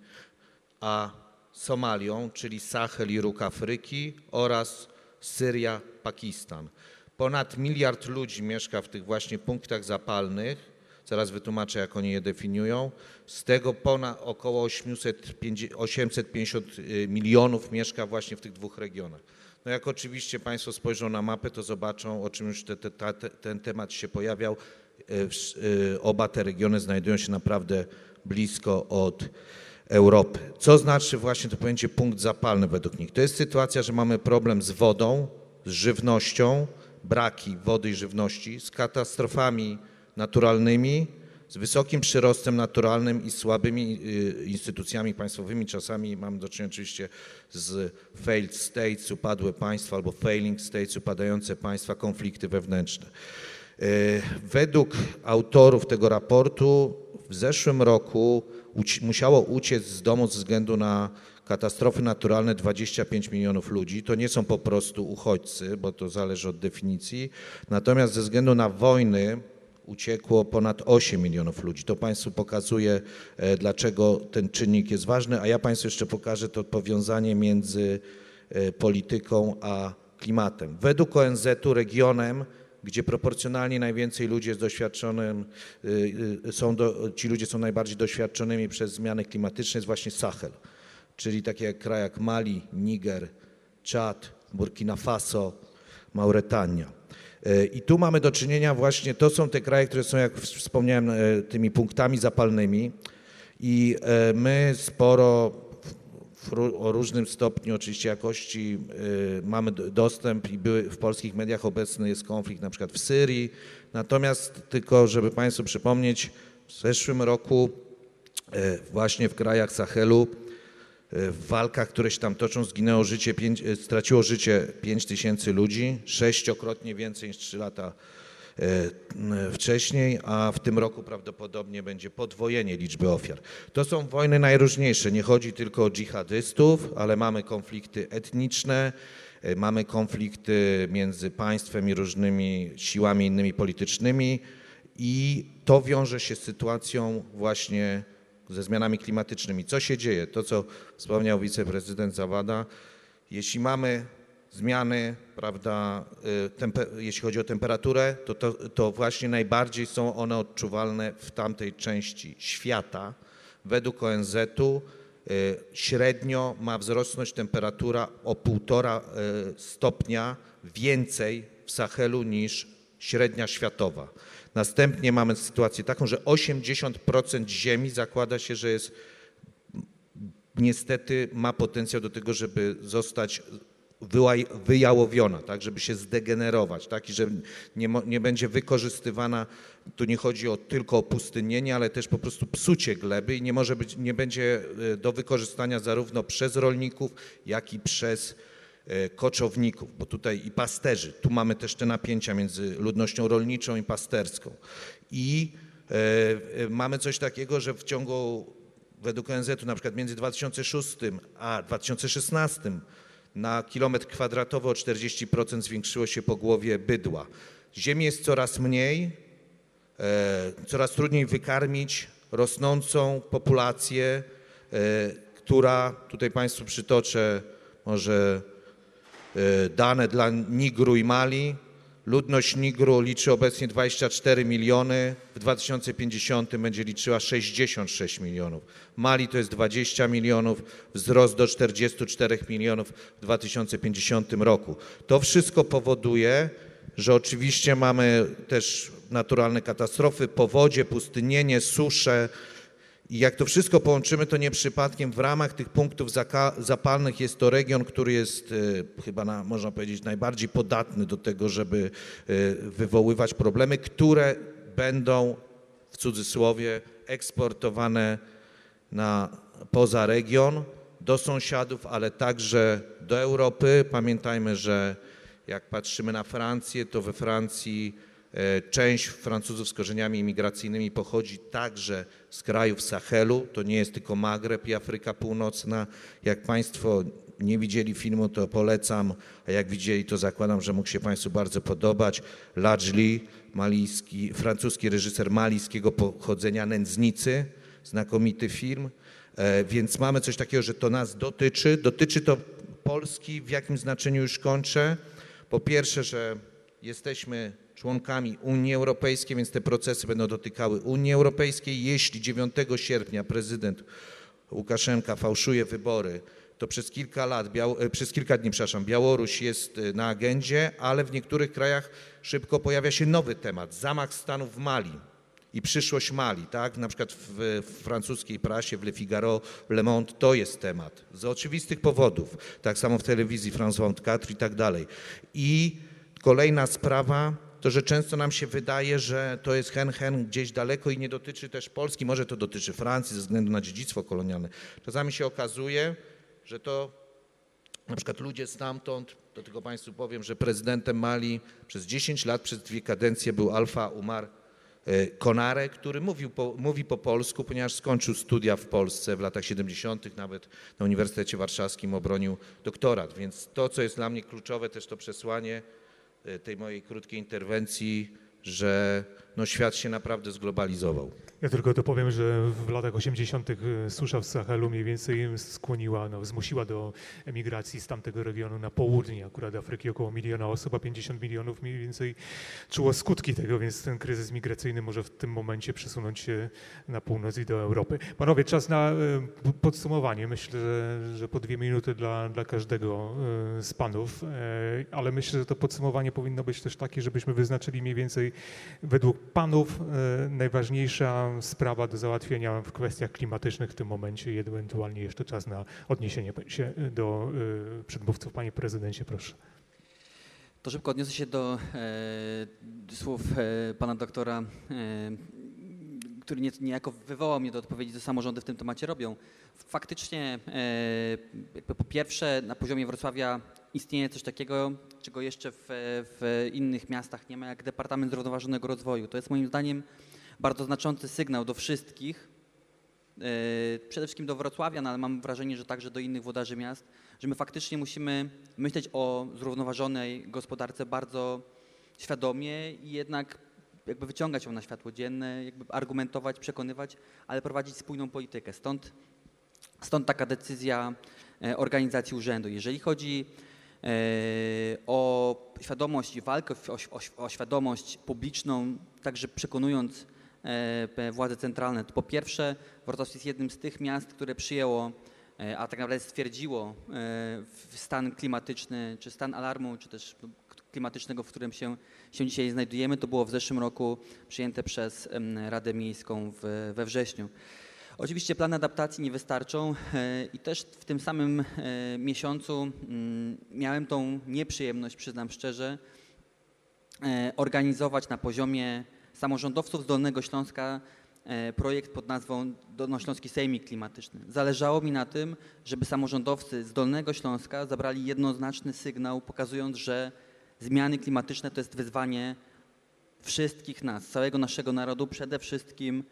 a Somalią, czyli Sahel i róg Afryki oraz Syria, Pakistan. Ponad miliard ludzi mieszka w tych właśnie punktach zapalnych, zaraz wytłumaczę, jak oni je definiują, z tego ponad około osiemset pięćdziesiąt milionów mieszka właśnie w tych dwóch regionach. No jak oczywiście Państwo spojrzą na mapę, to zobaczą, o czym już te, te, te, ten temat się pojawiał. Oba te regiony znajdują się naprawdę blisko od Europy. Co znaczy właśnie to pojęcie punkt zapalny według nich? To jest sytuacja, że mamy problem z wodą, z żywnością, braki wody i żywności, z katastrofami naturalnymi, z wysokim przyrostem naturalnym i słabymi instytucjami państwowymi. Czasami mamy do czynienia oczywiście z failed states, upadłe państwa albo failing states, upadające państwa, konflikty wewnętrzne. Według autorów tego raportu w zeszłym roku musiało uciec z domu ze względu na katastrofy naturalne dwadzieścia pięć milionów ludzi. To nie są po prostu uchodźcy, bo to zależy od definicji. Natomiast ze względu na wojny uciekło ponad osiem milionów ludzi. To Państwu pokazuje, dlaczego ten czynnik jest ważny, a ja Państwu jeszcze pokażę to powiązanie między polityką a klimatem. Według O N Z u regionem gdzie proporcjonalnie najwięcej ludzi jest doświadczonym, są do, ci ludzie są najbardziej doświadczonymi przez zmiany klimatyczne, jest właśnie Sahel, czyli takie jak kraje jak Mali, Niger, Czad, Burkina Faso, Mauretania. I tu mamy do czynienia właśnie, to są te kraje, które są, jak wspomniałem, tymi punktami zapalnymi i my sporo w, o różnym stopniu oczywiście jakości mamy dostęp i były w polskich mediach obecny jest konflikt na przykład w Syrii, natomiast tylko żeby Państwu przypomnieć, w zeszłym roku właśnie w krajach Sahelu w walkach, które się tam toczą, zginęło życie, pięć, straciło życie pięć tysięcy ludzi, sześciokrotnie więcej niż trzy lata wcześniej, a w tym roku prawdopodobnie będzie podwojenie liczby ofiar. To są wojny najróżniejsze. Nie chodzi tylko o dżihadystów, ale mamy konflikty etniczne, mamy konflikty między państwem i różnymi siłami innymi politycznymi i to wiąże się z sytuacją właśnie ze zmianami klimatycznymi. Co się dzieje? To, co wspomniał wiceprezydent Zawada, jeśli mamy zmiany, prawda, jeśli chodzi o temperaturę, to, to, to właśnie najbardziej są one odczuwalne w tamtej części świata. Według O N Z u średnio ma wzrosnąć temperatura o półtora stopnia więcej w Sahelu niż średnia światowa. Następnie mamy sytuację taką, że osiemdziesiąt procent ziemi zakłada się, że jest niestety ma potencjał do tego, żeby zostać wyjałowiona, tak, żeby się zdegenerować, tak, i że nie, nie będzie wykorzystywana, tu nie chodzi o, tylko o pustynienie, ale też po prostu psucie gleby i nie może być, nie będzie do wykorzystania zarówno przez rolników, jak i przez koczowników, bo tutaj i pasterzy, tu mamy też te napięcia między ludnością rolniczą i pasterską. I e, mamy coś takiego, że w ciągu, według O N Z u, na przykład między dwa tysiące szóstym a dwa tysiące szesnastym na kilometr kwadratowy o czterdzieści procent zwiększyło się pogłowie bydła. Ziemi jest coraz mniej, e, coraz trudniej wykarmić rosnącą populację, e, która, tutaj Państwu przytoczę może dane dla Nigru i Mali. Ludność Nigru liczy obecnie dwadzieścia cztery miliony, w dwa tysiące pięćdziesiątym będzie liczyła sześćdziesiąt sześć milionów. Mali to jest dwadzieścia milionów, wzrost do czterdziestu czterech milionów w dwa tysiące pięćdziesiątym roku. To wszystko powoduje, że oczywiście mamy też naturalne katastrofy, powodzie, pustynienie, susze. I jak to wszystko połączymy, to nie przypadkiem w ramach tych punktów zapalnych jest to region, który jest e, chyba, na, można powiedzieć, najbardziej podatny do tego, żeby e, wywoływać problemy, które będą w cudzysłowie eksportowane na, poza region, do sąsiadów, ale także do Europy. Pamiętajmy, że jak patrzymy na Francję, to we Francji część Francuzów z korzeniami imigracyjnymi pochodzi także z krajów Sahelu, to nie jest tylko Magreb i Afryka Północna. Jak Państwo nie widzieli filmu, to polecam, a jak widzieli, to zakładam, że mógł się Państwu bardzo podobać. Ladjli, malijski, francuski reżyser malijskiego pochodzenia, Nędznicy, znakomity film. E, więc mamy coś takiego, że to nas dotyczy. Dotyczy to Polski, w jakim znaczeniu już kończę. Po pierwsze, że jesteśmy członkami Unii Europejskiej, więc te procesy będą dotykały Unii Europejskiej. Jeśli dziewiątego sierpnia prezydent Łukaszenka fałszuje wybory, to przez kilka lat, przez kilka dni, przepraszam, Białoruś jest na agendzie, ale w niektórych krajach szybko pojawia się nowy temat, zamach stanu w Mali i przyszłość Mali, tak? Na przykład w, w francuskiej prasie, w Le Figaro, w Le Monde, to jest temat z oczywistych powodów, tak samo w telewizji France dwadzieścia cztery i tak dalej. I kolejna sprawa, to że często nam się wydaje, że to jest hen hen gdzieś daleko i nie dotyczy też Polski, może to dotyczy Francji ze względu na dziedzictwo kolonialne. Czasami się okazuje, że to na przykład ludzie stamtąd, do tego Państwu powiem, że prezydentem Mali przez dziesięć lat, przez dwie kadencje był Alpha Umar Konare, który mówił po, mówi po polsku, ponieważ skończył studia w Polsce w latach siedemdziesiątych, nawet na Uniwersytecie Warszawskim obronił doktorat. Więc to, co jest dla mnie kluczowe, też to przesłanie tej mojej krótkiej interwencji, że no, świat się naprawdę zglobalizował. Ja tylko dopowiem, że w latach osiemdziesiątych susza w Sahelu mniej więcej skłoniła, no, zmusiła do emigracji z tamtego regionu na południe, akurat Afryki około miliona osób, a pięćdziesiąt milionów mniej więcej czuło skutki tego, więc ten kryzys migracyjny może w tym momencie przesunąć się na północ i do Europy. Panowie, czas na e, podsumowanie. Myślę, że, że po dwie minuty dla, dla każdego e, z panów, e, ale myślę, że to podsumowanie powinno być też takie, żebyśmy wyznaczyli mniej więcej według panów e, najważniejsza sprawa do załatwienia w kwestiach klimatycznych w tym momencie i ewentualnie jeszcze czas na odniesienie się do y, przedmówców. Panie prezydencie, proszę. To szybko odniosę się do e, słów e, pana doktora, e, który nie, niejako wywołał mnie do odpowiedzi, co samorządy w tym temacie robią. Faktycznie, e, jakby po pierwsze, na poziomie Wrocławia istnieje coś takiego, czego jeszcze w, w innych miastach nie ma, jak Departament Zrównoważonego Rozwoju. To jest moim zdaniem bardzo znaczący sygnał do wszystkich, yy, przede wszystkim do Wrocławia, no ale mam wrażenie, że także do innych włodarzy miast, że my faktycznie musimy myśleć o zrównoważonej gospodarce bardzo świadomie i jednak jakby wyciągać ją na światło dzienne, jakby argumentować, przekonywać, ale prowadzić spójną politykę. Stąd, stąd taka decyzja organizacji urzędu. Jeżeli chodzi o świadomość i walkę o, o, o świadomość publiczną, także przekonując władze centralne, to po pierwsze Wrocław jest jednym z tych miast, które przyjęło, a tak naprawdę stwierdziło stan klimatyczny, czy stan alarmu, czy też klimatycznego, w którym się, się dzisiaj znajdujemy. To było w zeszłym roku przyjęte przez Radę Miejską w, we wrześniu. Oczywiście plany adaptacji nie wystarczą i też w tym samym miesiącu miałem tą nieprzyjemność, przyznam szczerze, organizować na poziomie samorządowców z Dolnego Śląska projekt pod nazwą Dolnośląski Sejmik Klimatyczny. Zależało mi na tym, żeby samorządowcy z Dolnego Śląska zabrali jednoznaczny sygnał, pokazując, że zmiany klimatyczne to jest wyzwanie wszystkich nas, całego naszego narodu, przede wszystkim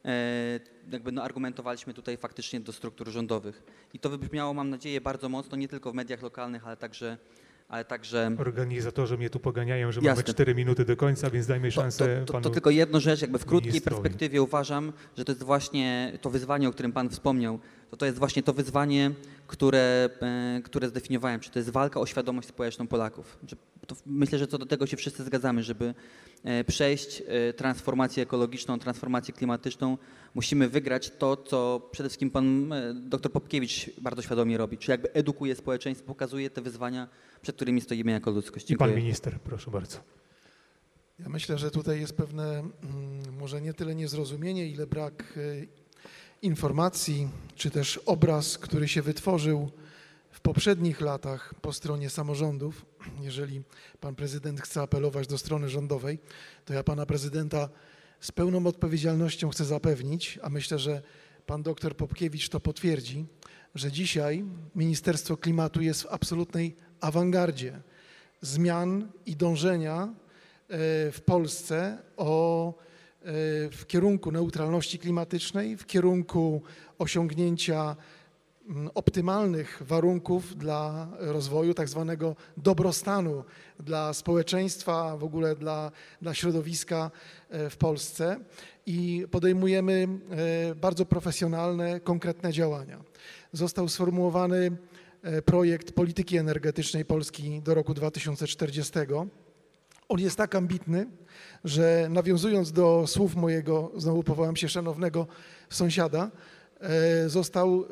jakby no argumentowaliśmy tutaj faktycznie do struktur rządowych. I to wybrzmiało, mam nadzieję, bardzo mocno, nie tylko w mediach lokalnych, ale także ale także... Organizatorzy mnie tu poganiają, że Jasne. mamy cztery minuty do końca, więc dajmy szansę to, to, to, panu to tylko jedno rzecz, jakby w krótkiej ministrowi. perspektywie uważam, że to jest właśnie to wyzwanie, o którym pan wspomniał, to to jest właśnie to wyzwanie, które, które zdefiniowałem, czy to jest walka o świadomość społeczną Polaków. To myślę, że co do tego się wszyscy zgadzamy, żeby przejść transformację ekologiczną, transformację klimatyczną, musimy wygrać to, co przede wszystkim pan dr Popkiewicz bardzo świadomie robi, czyli jakby edukuje społeczeństwo, pokazuje te wyzwania, przed którymi stoimy jako ludzkość. I Dziękuję. pan minister, proszę bardzo. Ja myślę, że tutaj jest pewne mm, może nie tyle niezrozumienie, ile brak y, informacji, czy też obraz, który się wytworzył w poprzednich latach po stronie samorządów. Jeżeli pan prezydent chce apelować do strony rządowej, to ja pana prezydenta z pełną odpowiedzialnością chcę zapewnić, a myślę, że pan doktor Popkiewicz to potwierdzi, że dzisiaj Ministerstwo Klimatu jest w absolutnej awangardzie zmian i dążenia w Polsce o, w kierunku neutralności klimatycznej, w kierunku osiągnięcia optymalnych warunków dla rozwoju, tak zwanego dobrostanu dla społeczeństwa, w ogóle dla, dla środowiska w Polsce i podejmujemy bardzo profesjonalne, konkretne działania. Został sformułowany projekt polityki energetycznej Polski do roku dwa tysiące czterdziestego. On jest tak ambitny, że nawiązując do słów mojego, znowu powołam się, szanownego sąsiada, został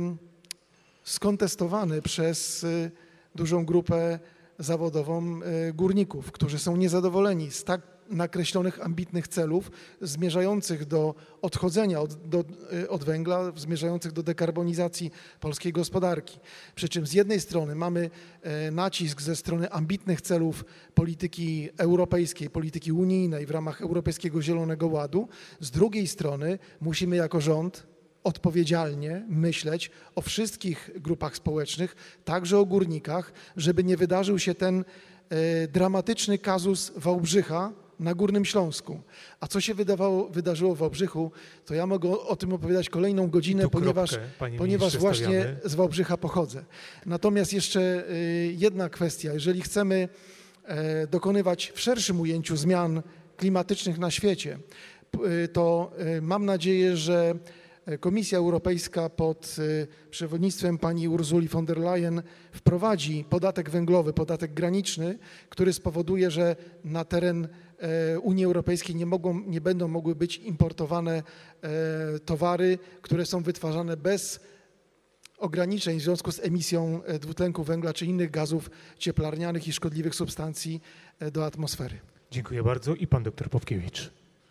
skontestowany przez dużą grupę zawodową górników, którzy są niezadowoleni z tak nakreślonych, ambitnych celów zmierzających do odchodzenia od, do, od węgla, zmierzających do dekarbonizacji polskiej gospodarki. Przy czym z jednej strony mamy nacisk ze strony ambitnych celów polityki europejskiej, polityki unijnej w ramach Europejskiego Zielonego Ładu, z drugiej strony musimy jako rząd odpowiedzialnie myśleć o wszystkich grupach społecznych, także o górnikach, żeby nie wydarzył się ten e, dramatyczny kazus Wałbrzycha na Górnym Śląsku. A co się wydawało, wydarzyło w Wałbrzychu, to ja mogę o tym opowiadać kolejną godzinę, ponieważ, kropkę, ponieważ właśnie stawiamy. z Wałbrzycha pochodzę. Natomiast jeszcze y, jedna kwestia. Jeżeli chcemy e, dokonywać w szerszym ujęciu zmian klimatycznych na świecie, to mam nadzieję, że Komisja Europejska pod przewodnictwem pani Ursuli von der Leyen wprowadzi podatek węglowy, podatek graniczny, który spowoduje, że na teren Unii Europejskiej nie, mogą, nie będą mogły być importowane towary, które są wytwarzane bez ograniczeń w związku z emisją dwutlenku węgla czy innych gazów cieplarnianych i szkodliwych substancji do atmosfery. Dziękuję bardzo. I pan doktor Popkiewicz.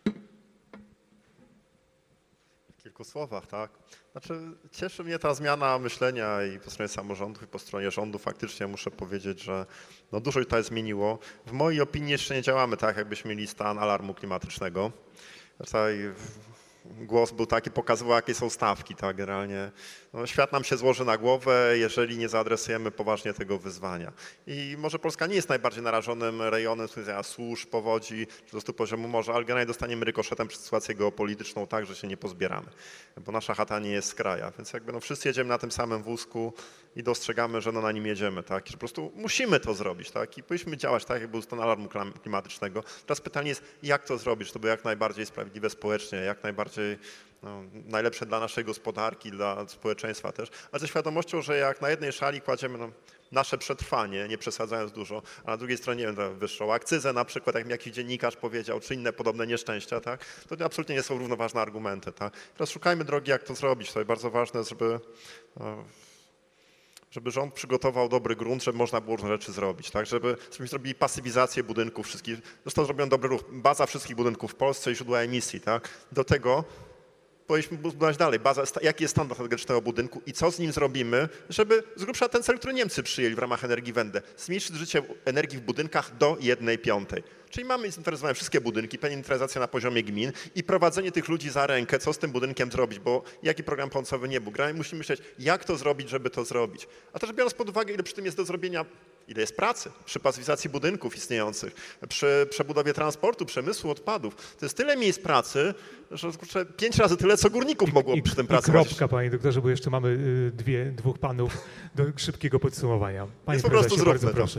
W kilku słowach, tak. Znaczy, cieszy mnie ta zmiana myślenia i po stronie samorządów, i po stronie rządu. Faktycznie muszę powiedzieć, że no dużo tutaj zmieniło. W mojej opinii jeszcze nie działamy tak, jakbyśmy mieli stan alarmu klimatycznego. Tutaj głos był taki, pokazywał, jakie są stawki, tak, generalnie. No, świat nam się złoży na głowę, jeżeli nie zaadresujemy poważnie tego wyzwania. I może Polska nie jest najbardziej narażonym rejonem z służb, powodzi, czy po prostu poziomu morza, ale generalnie dostaniemy rykoszetem przez sytuację geopolityczną tak, że się nie pozbieramy, bo nasza chata nie jest z kraja. Więc jakby no, wszyscy jedziemy na tym samym wózku i dostrzegamy, że no, na nim jedziemy, tak, i że po prostu musimy to zrobić, tak, i powinniśmy działać tak, jak był stan alarmu klimatycznego. Teraz pytanie jest, jak to zrobić, żeby jak najbardziej sprawiedliwe społecznie, jak najbardziej no, najlepsze dla naszej gospodarki, dla społeczeństwa też, ale ze świadomością, że jak na jednej szali kładziemy no, nasze przetrwanie, nie przesadzając dużo, a na drugiej stronie nie wiem, wyższą akcyzę na przykład, jak mi jakiś dziennikarz powiedział, czy inne podobne nieszczęścia, tak, to absolutnie nie są równoważne argumenty. Tak. Teraz szukajmy drogi, jak to zrobić. To jest bardzo ważne, żeby, no, żeby rząd przygotował dobry grunt, żeby można było różne rzeczy zrobić, tak, żeby zrobili pasywizację budynków wszystkich. Został zrobiony dobry ruch, baza wszystkich budynków w Polsce i źródła emisji, tak. Do tego powinniśmy budować dalej, baza, jaki jest standard energetycznego budynku i co z nim zrobimy, żeby z grubsza ten cel, który Niemcy przyjęli w ramach Energii Wende, zmniejszyć zużycie energii w budynkach do jednej piątej. Czyli mamy zinteresowane wszystkie budynki, penetracja na poziomie gmin i prowadzenie tych ludzi za rękę, co z tym budynkiem zrobić, bo jaki program pomocowy nie był. Generalnie musimy myśleć, jak to zrobić, żeby to zrobić. A też biorąc pod uwagę, ile przy tym jest do zrobienia, ile jest pracy przy pasywizacji budynków istniejących, przy przebudowie transportu, przemysłu, odpadów. To jest tyle miejsc pracy, że kurczę, pięć razy tyle, co górników mogło I, przy tym i pracować. kropka, panie doktorze, bo jeszcze mamy y, dwie, dwóch panów do szybkiego podsumowania. Panie Więc po prostu prezesie, bardzo zróbmy to. proszę.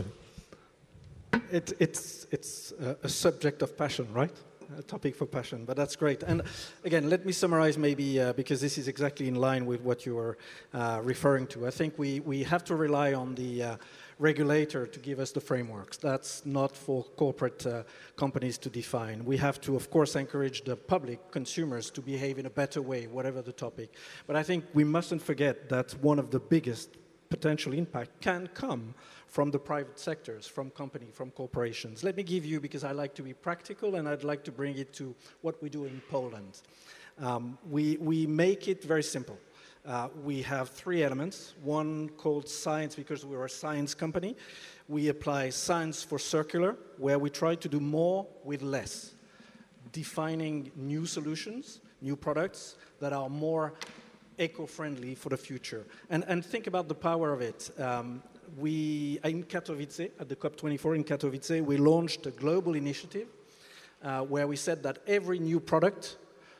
It, it's it's a, a subject of passion, right? A topic for passion, but that's great. And again, let me summarize maybe uh, because this is exactly in line with what you were uh, referring to. I think we, we have to rely on the uh, regulator to give us the frameworks. That's not for corporate uh, companies to define. We have to, of course, encourage the public, consumers, to behave in a better way, whatever the topic. But I think we mustn't forget that one of the biggest potential impact can come from the private sectors, from company, from corporations. Let me give you, because I like to be practical and I'd like to bring it to what we do in Poland. Um, we, we make it very simple. Uh, we have three elements, one called science, because we're a science company. We apply science for circular, where we try to do more with less, defining new solutions, new products that are more eco-friendly for the future. And, and think about the power of it. Um, we, in Katowice, at the COP twenty-four in Katowice, we launched a global initiative uh, where we said that every new product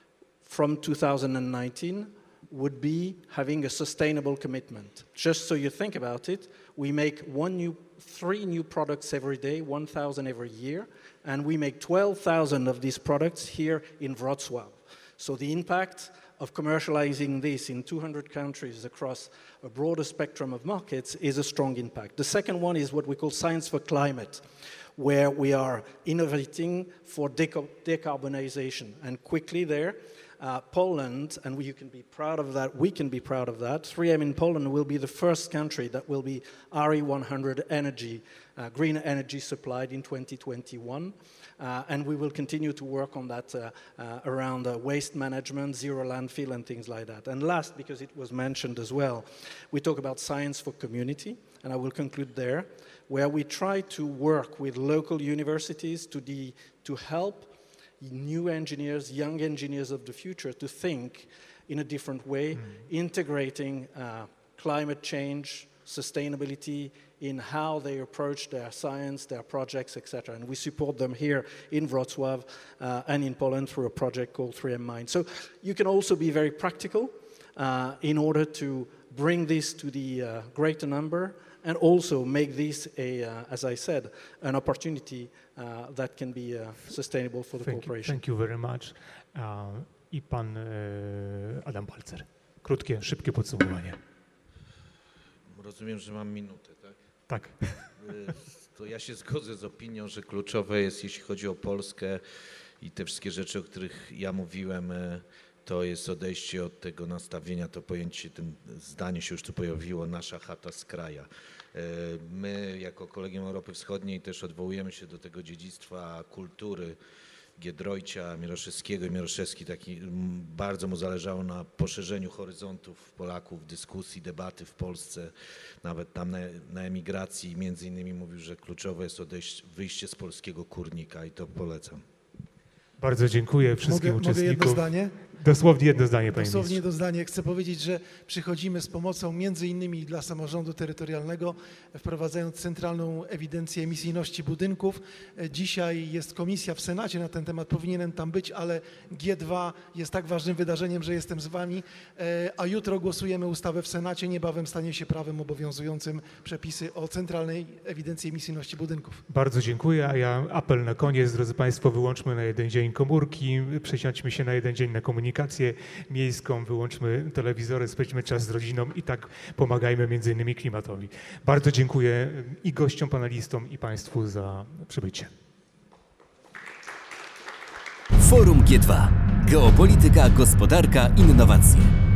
from two thousand nineteen would be having a sustainable commitment. Just so you think about it, we make one new, three new products every day, one thousand every year, and we make twelve thousand of these products here in Wrocław. So the impact of commercializing this in two hundred countries across a broader spectrum of markets is a strong impact. The second one is what we call science for climate, where we are innovating for deco- decarbonization. And quickly there, uh, Poland, and we, you can be proud of that, we can be proud of that, three M in Poland will be the first country that will be R E one hundred energy, uh, green energy supplied in twenty twenty-one. Uh, and we will continue to work on that uh, uh, around uh, waste management, zero landfill, and things like that. And last, because it was mentioned as well, we talk about science for community, and I will conclude there, where we try to work with local universities to, de- to help new engineers, young engineers of the future to think in a different way, mm. integrating uh, climate change, sustainability in how they approach their science, their projects, et cetera. And we support them here in Wrocław uh, and in Poland through a project called three M Mind. So you can also be very practical uh, in order to bring this to the uh, greater number and also make this, a, uh, as I said, an opportunity uh, that can be uh, sustainable for the Thank you, corporation. thank you very much. Uh, I pan e, Adam Balcer. Krótkie, szybkie podsumowanie. Rozumiem, że mam minutę, tak? Tak. Y, To ja się zgodzę z opinią, że kluczowe jest, jeśli chodzi o Polskę i te wszystkie rzeczy, o których ja mówiłem, y, to jest odejście od tego nastawienia, to pojęcie, tym zdanie się już tu pojawiło, nasza chata z kraja. Y, My jako Kolegium Europy Wschodniej też odwołujemy się do tego dziedzictwa kultury Giedroycia, Mieroszewskiego i Mieroszewski taki, m, bardzo mu zależało na poszerzeniu horyzontów Polaków, dyskusji, debaty w Polsce, nawet tam na, na emigracji między innymi mówił, że kluczowe jest odejście, wyjście z polskiego kurnika i to polecam. Bardzo dziękuję wszystkim Mogę, mogę jedno uczestnikom. zdanie? Dosłownie jedno zdanie, panie Dosłownie ministrze. do zdania. Chcę powiedzieć, że przychodzimy z pomocą między innymi dla samorządu terytorialnego, wprowadzając centralną ewidencję emisyjności budynków. Dzisiaj jest komisja w Senacie na ten temat, powinienem tam być, ale G dwa jest tak ważnym wydarzeniem, że jestem z wami, a jutro głosujemy ustawę w Senacie, niebawem stanie się prawem obowiązującym przepisy o centralnej ewidencji emisyjności budynków. Bardzo dziękuję, a ja apel na koniec, drodzy państwo, wyłączmy na jeden dzień komórki, przesiądźmy się na jeden dzień na komunikację miejską, wyłączmy telewizory, spędźmy czas z rodziną i tak pomagajmy między innymi klimatowi. Bardzo dziękuję i gościom, panelistom i państwu za przybycie. Forum G dwa. Geopolityka, gospodarka, innowacje.